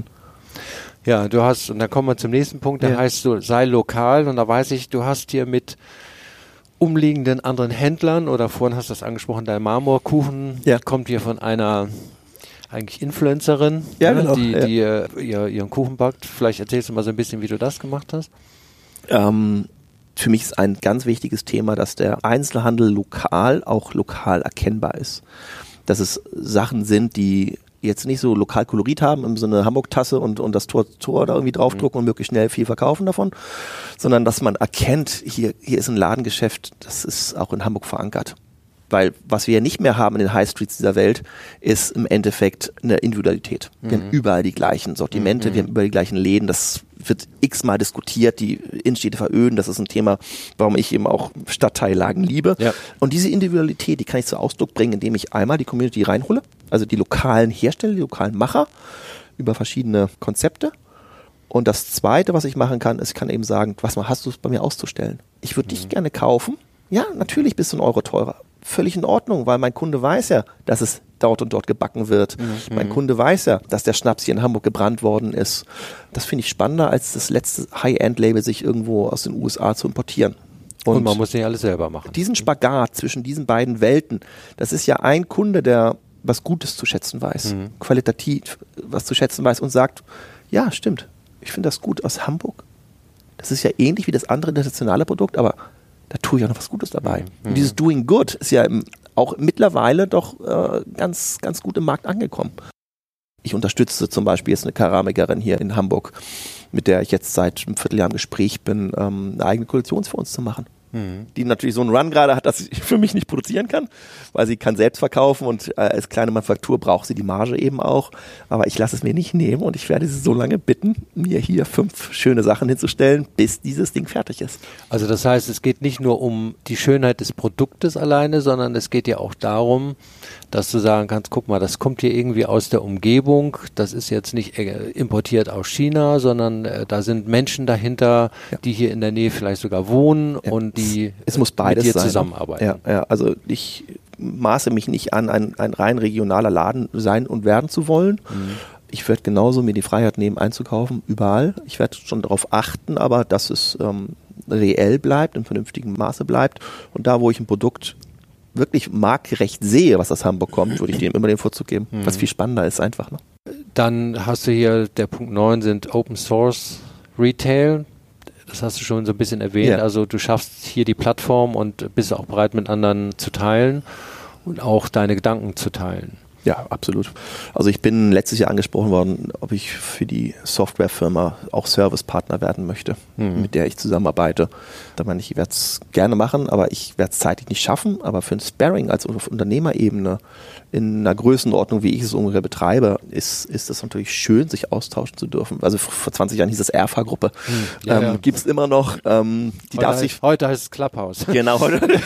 Ja, und dann kommen wir zum nächsten Punkt, der heißt so, sei lokal, und da weiß ich, du hast hier mit umliegenden anderen Händlern, oder vorhin hast du das angesprochen, dein Marmorkuchen kommt hier von einer eigentlich Influencerin, genau, die ihren Kuchen backt. Vielleicht erzählst du mal so ein bisschen, wie du das gemacht hast. Für mich ist ein ganz wichtiges Thema, dass der Einzelhandel auch lokal erkennbar ist. Dass es Sachen sind, die jetzt nicht so Lokalkolorit haben, im Sinne Hamburg-Tasse und das Tor da irgendwie draufdrucken und möglichst schnell viel verkaufen davon, sondern dass man erkennt, hier ist ein Ladengeschäft, das ist auch in Hamburg verankert. Weil was wir ja nicht mehr haben in den High Streets dieser Welt, ist im Endeffekt eine Individualität. Wir haben überall die gleichen Sortimente, wir haben überall die gleichen Läden, das wird x-mal diskutiert, die Innenstädte veröden, das ist ein Thema, warum ich eben auch Stadtteillagen liebe. Ja. Und diese Individualität, die kann ich zu Ausdruck bringen, indem ich einmal die Community reinhole, also die lokalen Hersteller, die lokalen Macher, über verschiedene Konzepte. Und das Zweite, was ich machen kann, ist, ich kann eben sagen, was hast du bei mir auszustellen? Ich würde dich gerne kaufen. Ja, natürlich bist du €1 teurer. Völlig in Ordnung, weil mein Kunde weiß ja, dass es dort und dort gebacken wird. Mein Kunde weiß ja, dass der Schnaps hier in Hamburg gebrannt worden ist. Das finde ich spannender, als das letzte High-End-Label sich irgendwo aus den USA zu importieren. Und man muss nicht alles selber machen. Diesen Spagat zwischen diesen beiden Welten, das ist ja ein Kunde, der was Gutes zu schätzen weiß, qualitativ was zu schätzen weiß und sagt, ja, stimmt, ich finde das gut aus Hamburg. Das ist ja ähnlich wie das andere internationale Produkt, aber da tue ich auch noch was Gutes dabei. Und dieses Doing Good ist ja auch mittlerweile doch ganz, ganz gut im Markt angekommen. Ich unterstütze zum Beispiel jetzt eine Keramikerin hier in Hamburg, mit der ich jetzt seit einem Vierteljahr im Gespräch bin, eine eigene Kollektion für uns zu machen. Die natürlich so einen Run gerade hat, dass sie für mich nicht produzieren kann, weil sie kann selbst verkaufen und als kleine Manufaktur braucht sie die Marge eben auch. Aber ich lasse es mir nicht nehmen und ich werde sie so lange bitten, mir hier 5 schöne Sachen hinzustellen, bis dieses Ding fertig ist. Also das heißt, es geht nicht nur um die Schönheit des Produktes alleine, sondern es geht ja auch darum, dass du sagen kannst, guck mal, das kommt hier irgendwie aus der Umgebung, das ist jetzt nicht importiert aus China, sondern da sind Menschen dahinter, die hier in der Nähe vielleicht sogar wohnen und die es muss beides mit dir sein, zusammenarbeiten. Ja, also ich maße mich nicht an, ein rein regionaler Laden sein und werden zu wollen. Ich werde genauso mir die Freiheit nehmen, einzukaufen, überall. Ich werde schon darauf achten, aber dass es reell bleibt, im vernünftigen Maße bleibt. Und da, wo ich ein Produkt wirklich marktgerecht sehe, was aus Hamburg kommt, würde ich dem immer den Vorzug geben, was viel spannender ist einfach. Ne? Dann hast du hier, der Punkt 9 sind Open Source Retail. Das hast du schon so ein bisschen erwähnt. Ja. Also du schaffst hier die Plattform und bist auch bereit, mit anderen zu teilen und auch deine Gedanken zu teilen. Ja, absolut. Also ich bin letztes Jahr angesprochen worden, ob ich für die Softwarefirma auch Servicepartner werden möchte, mit der ich zusammenarbeite. Da meine ich werde es gerne machen, aber ich werde es zeitlich nicht schaffen. Aber für ein Sparring als auf Unternehmerebene in einer Größenordnung, wie ich es ungefähr betreibe, ist es natürlich schön, sich austauschen zu dürfen. Also vor 20 Jahren hieß es Erfa-Gruppe. Gibt es immer noch. Heute heißt es Clubhouse. Genau.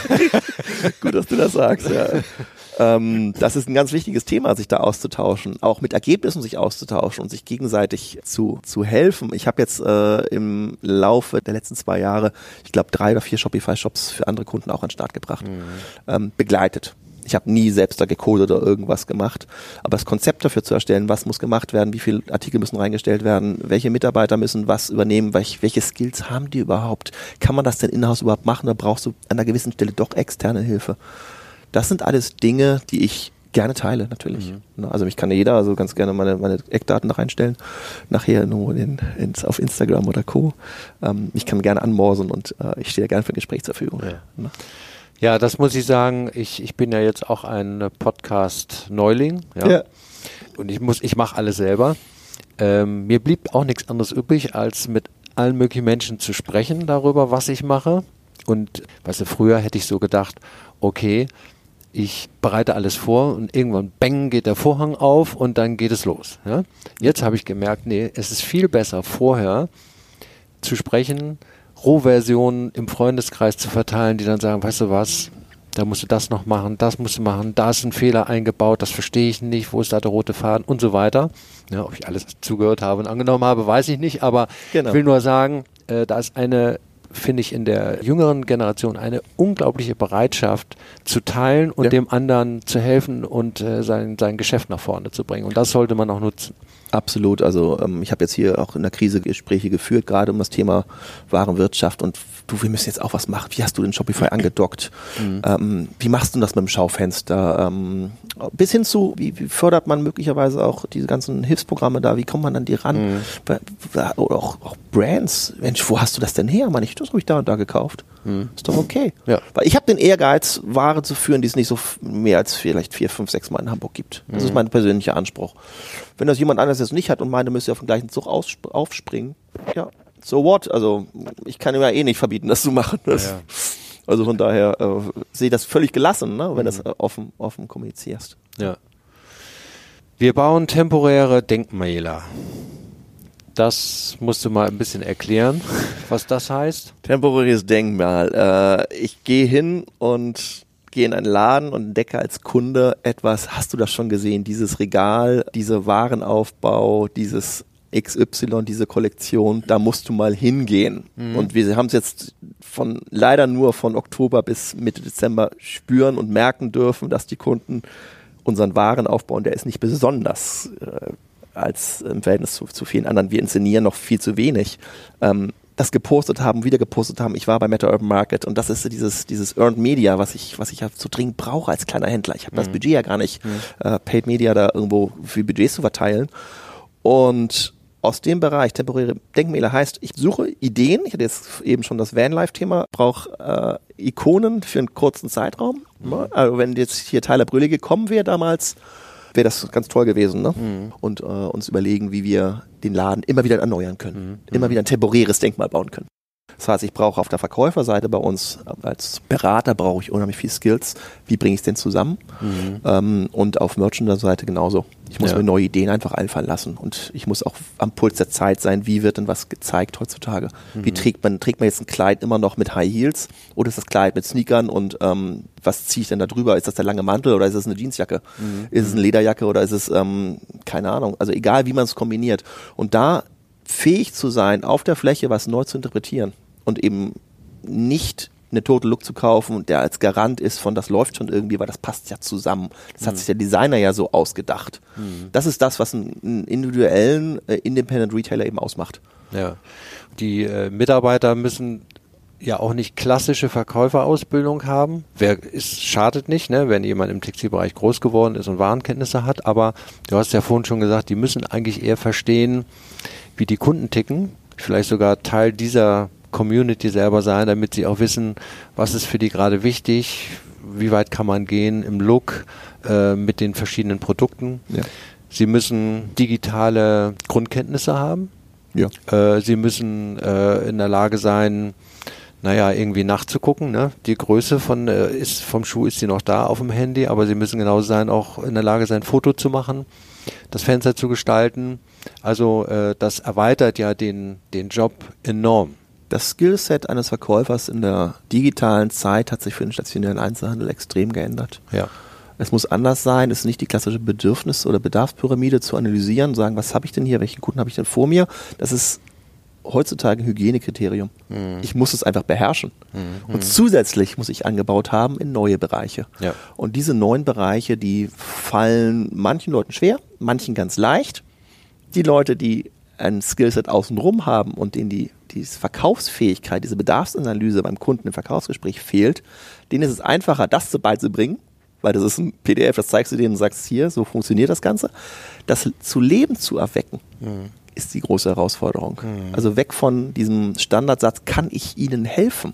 Gut, dass du das sagst. Ja. Das ist ein ganz wichtiges Thema, sich da auszutauschen, auch mit Ergebnissen sich auszutauschen und sich gegenseitig zu helfen. Ich habe jetzt im Laufe der letzten 2 Jahre, ich glaube 3 oder 4 Shopify-Shops für andere Kunden auch an den Start gebracht, begleitet. Ich habe nie selbst da gecodet oder irgendwas gemacht, aber das Konzept dafür zu erstellen, was muss gemacht werden, wie viele Artikel müssen reingestellt werden, welche Mitarbeiter müssen was übernehmen, welche Skills haben die überhaupt, kann man das denn in-house überhaupt machen, da brauchst du an einer gewissen Stelle doch externe Hilfe. Das sind alles Dinge, die ich gerne teile, natürlich. Also mich kann ja jeder also ganz gerne meine Eckdaten da reinstellen, nachher nur auf Instagram oder Co. Ich kann gerne anmorsen und ich stehe gerne für ein Gespräch zur Verfügung. Ja. Ja, das muss ich sagen, ich bin ja jetzt auch ein Podcast-Neuling. Ja. Und ich mache alles selber. Mir blieb auch nichts anderes übrig, als mit allen möglichen Menschen zu sprechen darüber, was ich mache. Und weißt du, früher hätte ich so gedacht, okay, ich bereite alles vor und irgendwann bang geht der Vorhang auf und dann geht es los. Ja? Jetzt habe ich gemerkt, nee, es ist viel besser vorher zu sprechen, Rohversionen im Freundeskreis zu verteilen, die dann sagen, weißt du was, da musst du das noch machen, das musst du machen, da ist ein Fehler eingebaut, das verstehe ich nicht, wo ist da der rote Faden und so weiter. Ja, ob ich alles zugehört habe und angenommen habe, weiß ich nicht, aber ich will nur sagen, da ist finde ich in der jüngeren Generation eine unglaubliche Bereitschaft zu teilen und dem anderen zu helfen und sein Geschäft nach vorne zu bringen. Und das sollte man auch nutzen. Absolut. Also ich habe jetzt hier auch in der Krise Gespräche geführt, gerade um das Thema Warenwirtschaft und wir müssen jetzt auch was machen. Wie hast du den Shopify angedockt? Wie machst du das mit dem Schaufenster? Bis hin zu, wie fördert man möglicherweise auch diese ganzen Hilfsprogramme da? Wie kommt man an die ran? Oder auch Brands. Mensch, wo hast du das denn her? Das habe ich da und da gekauft. Ist doch okay. Ja. Weil ich habe den Ehrgeiz, Ware zu führen, die es nicht so mehr als vielleicht 4, 5, 6 Mal in Hamburg gibt. Das ist mein persönlicher Anspruch. Wenn das jemand anderes jetzt nicht hat und meine, müsste auf den gleichen Zug aufspringen, ja, so what? Also ich kann ihm ja eh nicht verbieten, das zu machen. Also von daher sehe ich das völlig gelassen, ne, wenn du das offen kommunizierst. Ja. Wir bauen temporäre Denkmäler. Das musst du mal ein bisschen erklären, was das heißt. Temporäres Denkmal. Ich gehe hin und gehe in einen Laden und entdecke als Kunde etwas, hast du das schon gesehen, dieses Regal, dieser Warenaufbau, dieses XY, diese Kollektion, da musst du mal hingehen. Und wir haben es jetzt leider nur von Oktober bis Mitte Dezember spüren und merken dürfen, dass die Kunden unseren Warenaufbau, und der ist nicht besonders als im Verhältnis zu vielen anderen, wir inszenieren noch viel zu wenig, das gepostet haben, wieder gepostet haben. Ich war bei Meta Urban Market und das ist dieses Earned Media, was ich ja so dringend brauche als kleiner Händler. Ich habe das Budget ja gar nicht, Paid Media da irgendwo für Budgets zu verteilen. Und aus dem Bereich temporäre Denkmäler heißt, ich suche Ideen, ich hatte jetzt eben schon das Vanlife-Thema, brauche Ikonen für einen kurzen Zeitraum. Also wenn jetzt hier Tyler Brûlé gekommen wäre damals, wäre das ganz toll gewesen, ne? Und uns überlegen, wie wir den Laden immer wieder erneuern können, immer wieder ein temporäres Denkmal bauen können. Das heißt, ich brauche auf der Verkäuferseite bei uns als Berater brauche ich unheimlich viel Skills. Wie bringe ich es denn zusammen? Und auf Merchandise-Seite genauso. Ich muss mir neue Ideen einfach einfallen lassen und ich muss auch am Puls der Zeit sein. Wie wird denn was gezeigt heutzutage? Wie trägt man jetzt ein Kleid immer noch mit High Heels oder ist das Kleid mit Sneakern und was ziehe ich denn da drüber? Ist das der lange Mantel oder ist es eine Jeansjacke? Ist es eine Lederjacke oder ist es, keine Ahnung. Also egal, wie man es kombiniert. Und da fähig zu sein, auf der Fläche was neu zu interpretieren und eben nicht eine Total Look zu kaufen und der als Garant ist von das läuft schon irgendwie, weil das passt ja zusammen. Das hat sich der Designer ja so ausgedacht. Das ist das, was einen individuellen Independent Retailer eben ausmacht. Ja, die Mitarbeiter müssen ja auch nicht klassische Verkäuferausbildung haben. Schadet nicht, ne, wenn jemand im Textilbereich groß geworden ist und Warenkenntnisse hat, aber du hast ja vorhin schon gesagt, die müssen eigentlich eher verstehen, wie die Kunden ticken, vielleicht sogar Teil dieser Community selber sein, damit sie auch wissen, was ist für die gerade wichtig, wie weit kann man gehen im Look mit den verschiedenen Produkten. Ja. Sie müssen digitale Grundkenntnisse haben. Ja. Sie müssen in der Lage sein, irgendwie nachzugucken. Ne? Die Größe vom Schuh ist sie noch da auf dem Handy, aber sie müssen genauso sein, auch in der Lage sein, Foto zu machen, das Fenster zu gestalten. Also das erweitert ja den Job enorm. Das Skillset eines Verkäufers in der digitalen Zeit hat sich für den stationären Einzelhandel extrem geändert. Ja. Es muss anders sein, es ist nicht die klassische Bedürfnis- oder Bedarfspyramide zu analysieren, sagen, was habe ich denn hier, welchen Kunden habe ich denn vor mir? Das ist heutzutage ein Hygienekriterium. Ich muss es einfach beherrschen. Und zusätzlich muss ich angebaut haben in neue Bereiche. Ja. Und diese neuen Bereiche, die fallen manchen Leuten schwer, manchen ganz leicht. Die Leute, die ein Skillset außenrum haben und denen die Verkaufsfähigkeit, diese Bedarfsanalyse beim Kunden im Verkaufsgespräch fehlt, denen ist es einfacher, das beizubringen, weil das ist ein PDF, das zeigst du denen und sagst, hier, so funktioniert das Ganze. Das zu Leben zu erwecken, ist die große Herausforderung. Also weg von diesem Standardsatz, kann ich Ihnen helfen?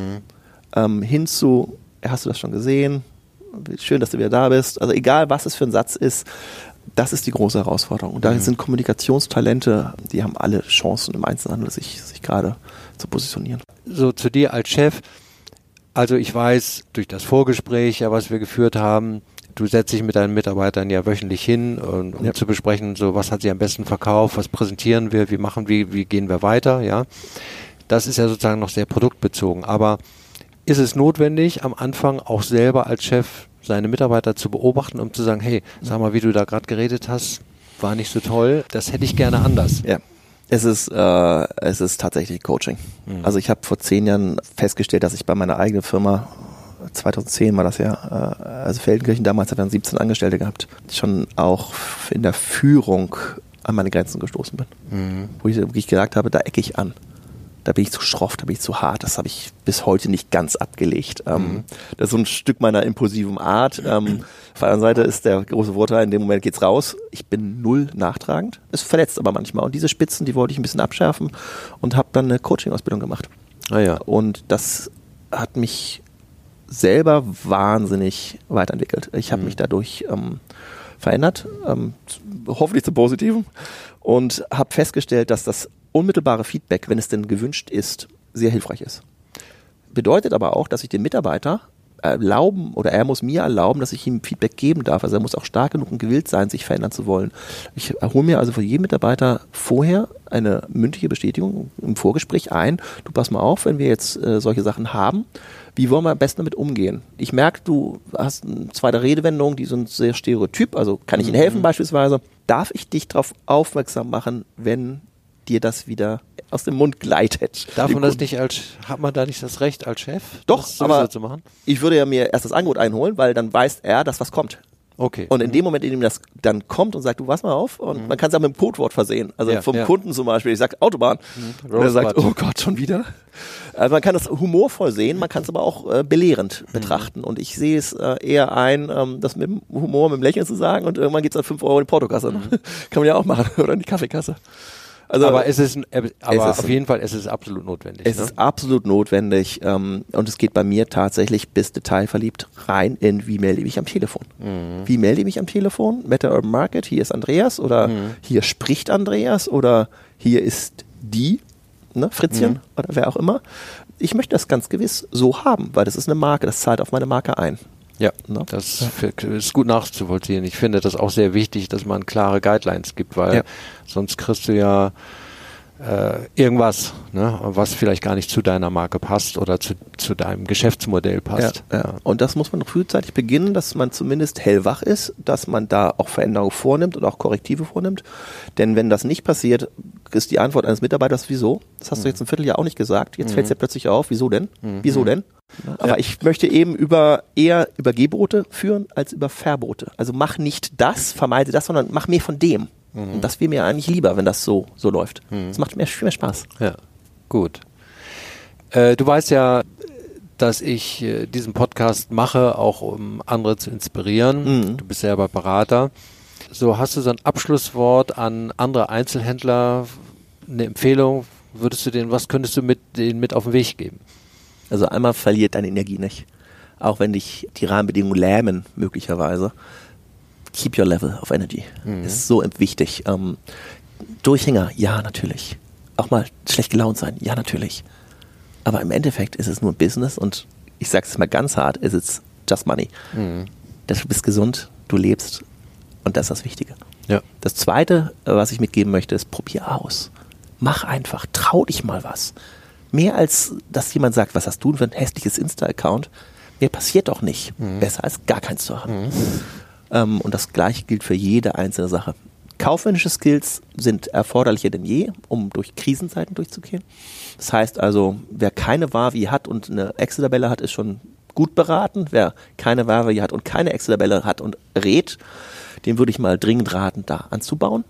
Hin zu, hast du das schon gesehen? Schön, dass du wieder da bist. Also egal, was es für ein Satz ist, das ist die große Herausforderung. Und da sind Kommunikationstalente, die haben alle Chancen im Einzelhandel, sich gerade zu positionieren. So zu dir als Chef, also ich weiß durch das Vorgespräch, was wir geführt haben, du setzt dich mit deinen Mitarbeitern ja wöchentlich hin, um zu besprechen, so was hat sie am besten verkauft, was präsentieren wir, wie gehen wir weiter, ja. Das ist ja sozusagen noch sehr produktbezogen. Aber ist es notwendig, am Anfang auch selber als Chef seine Mitarbeiter zu beobachten, um zu sagen, hey, sag mal, wie du da gerade geredet hast, war nicht so toll, das hätte ich gerne anders. Ja, es ist tatsächlich Coaching. Also ich habe vor 10 Jahren festgestellt, dass ich bei meiner eigenen Firma, 2010 war das ja, also Feldenkirchen damals, haben 17 Angestellte gehabt, schon auch in der Führung an meine Grenzen gestoßen bin. Wo ich wirklich gesagt habe, da ecke ich an. Da bin ich zu schroff, da bin ich zu hart. Das habe ich bis heute nicht ganz abgelegt. Das ist so ein Stück meiner impulsiven Art. Auf der anderen Seite ist der große Vorteil, in dem Moment geht's raus. Ich bin null nachtragend. Es verletzt aber manchmal. Und diese Spitzen, die wollte ich ein bisschen abschärfen und habe dann eine Coaching-Ausbildung gemacht. Ah ja. Und das hat mich selber wahnsinnig weiterentwickelt. Ich habe mich dadurch verändert, hoffentlich zum Positiven, und habe festgestellt, dass das unmittelbare Feedback, wenn es denn gewünscht ist, sehr hilfreich ist. Bedeutet aber auch, dass ich dem Mitarbeiter erlauben, oder er muss mir erlauben, dass ich ihm Feedback geben darf. Also er muss auch stark genug und gewillt sein, sich verändern zu wollen. Ich hole mir also von jedem Mitarbeiter vorher eine mündliche Bestätigung im Vorgespräch ein. Du pass mal auf, wenn wir jetzt solche Sachen haben, wie wollen wir am besten damit umgehen? Ich merke, du hast eine zweite Redewendung, die sind sehr stereotyp, also kann ich Ihnen helfen beispielsweise. Darf ich dich darauf aufmerksam machen, wenn dir das wieder aus dem Mund gleitet? Hat man da nicht das Recht als Chef, doch, das aber zu machen? Ich würde ja mir erst das Angebot einholen, weil dann weiß er, dass was kommt. Okay. Und in dem Moment, in dem das dann kommt und sagt, du pass mal auf, und man kann es auch mit dem Codewort versehen. Also vom Kunden zum Beispiel, ich sage Autobahn, und er sagt, oh Gott, schon wieder. Also man kann das humorvoll sehen, man kann es aber auch belehrend betrachten. Und ich sehe es eher ein, das mit dem Humor, mit dem Lächeln zu sagen, und irgendwann geht es dann 5 Euro in die Portokasse. Kann man ja auch machen, oder in die Kaffeekasse. Also, aber auf jeden Fall, es ist absolut notwendig. Es ist absolut notwendig, und es geht bei mir tatsächlich bis detailverliebt rein in, wie melde ich mich am Telefon. Wie melde ich mich am Telefon? Meta Urban Market, hier ist Andreas, oder hier spricht Andreas, oder hier ist die, Fritzchen, oder wer auch immer. Ich möchte das ganz gewiss so haben, weil das ist eine Marke, das zahlt auf meine Marke ein. Ja, das ist gut nachzuvollziehen. Ich finde das auch sehr wichtig, dass man klare Guidelines gibt, weil sonst kriegst du ja irgendwas, was vielleicht gar nicht zu deiner Marke passt oder zu deinem Geschäftsmodell passt. Ja. Und das muss man frühzeitig beginnen, dass man zumindest hellwach ist, dass man da auch Veränderungen vornimmt und auch Korrektive vornimmt. Denn wenn das nicht passiert, ist die Antwort eines Mitarbeiters, wieso? Das hast du jetzt ein Vierteljahr auch nicht gesagt. Jetzt fällt es dir plötzlich auf. Wieso denn? Wieso denn? Aber ich möchte eben eher über Gebote führen als über Verbote. Also mach nicht das, vermeide das, sondern mach mehr von dem. Und das wäre mir eigentlich lieber, wenn das so läuft. Das macht mir viel mehr Spaß. Ja, gut. Du weißt ja, dass ich diesen Podcast mache, auch um andere zu inspirieren. Du bist selber Berater. So, hast du so ein Abschlusswort an andere Einzelhändler, eine Empfehlung? Was könntest du denen mit auf den Weg geben? Also einmal verliert deine Energie nicht. Auch wenn dich die Rahmenbedingungen lähmen, möglicherweise. Keep your level of energy. Ist so wichtig. Durchhänger, ja, natürlich. Auch mal schlecht gelaunt sein, ja, natürlich. Aber im Endeffekt ist es nur ein Business, und ich sage es mal ganz hart, ist es just money. Du bist gesund, du lebst, und das ist das Wichtige. Ja. Das Zweite, was ich mitgeben möchte, ist, probier aus. Mach einfach, trau dich mal was. Mehr als, dass jemand sagt, was hast du für ein hässliches Insta-Account? Mehr passiert doch nicht. Besser als gar keins zu haben. Und das Gleiche gilt für jede einzelne Sache. Kaufmännische Skills sind erforderlicher denn je, um durch Krisenzeiten durchzugehen. Das heißt also, wer keine Wavi hat und eine Excel-Tabelle hat, ist schon gut beraten. Wer keine Wavi hat und keine Excel-Tabelle hat und rät, dem würde ich mal dringend raten, da anzubauen.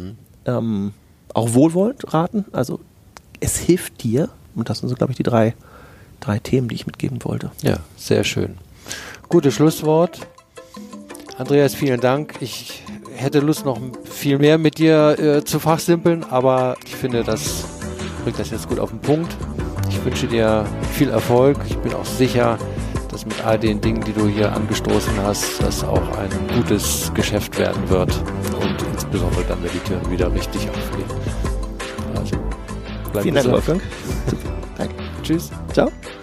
Auch wohlwollend raten. Also es hilft dir, und das sind so, glaube ich, die drei Themen, die ich mitgeben wollte. Ja, sehr schön. Gutes Schlusswort. Andreas, vielen Dank. Ich hätte Lust, noch viel mehr mit dir zu fachsimpeln, aber ich finde, das bringt das jetzt gut auf den Punkt. Ich wünsche dir viel Erfolg. Ich bin auch sicher, dass mit all den Dingen, die du hier angestoßen hast, das auch ein gutes Geschäft werden wird, und insbesondere dann, wenn die Türen wieder richtig aufgehen. Also, vielen Dank, Wolfgang. Danke. Tschüss. Ciao.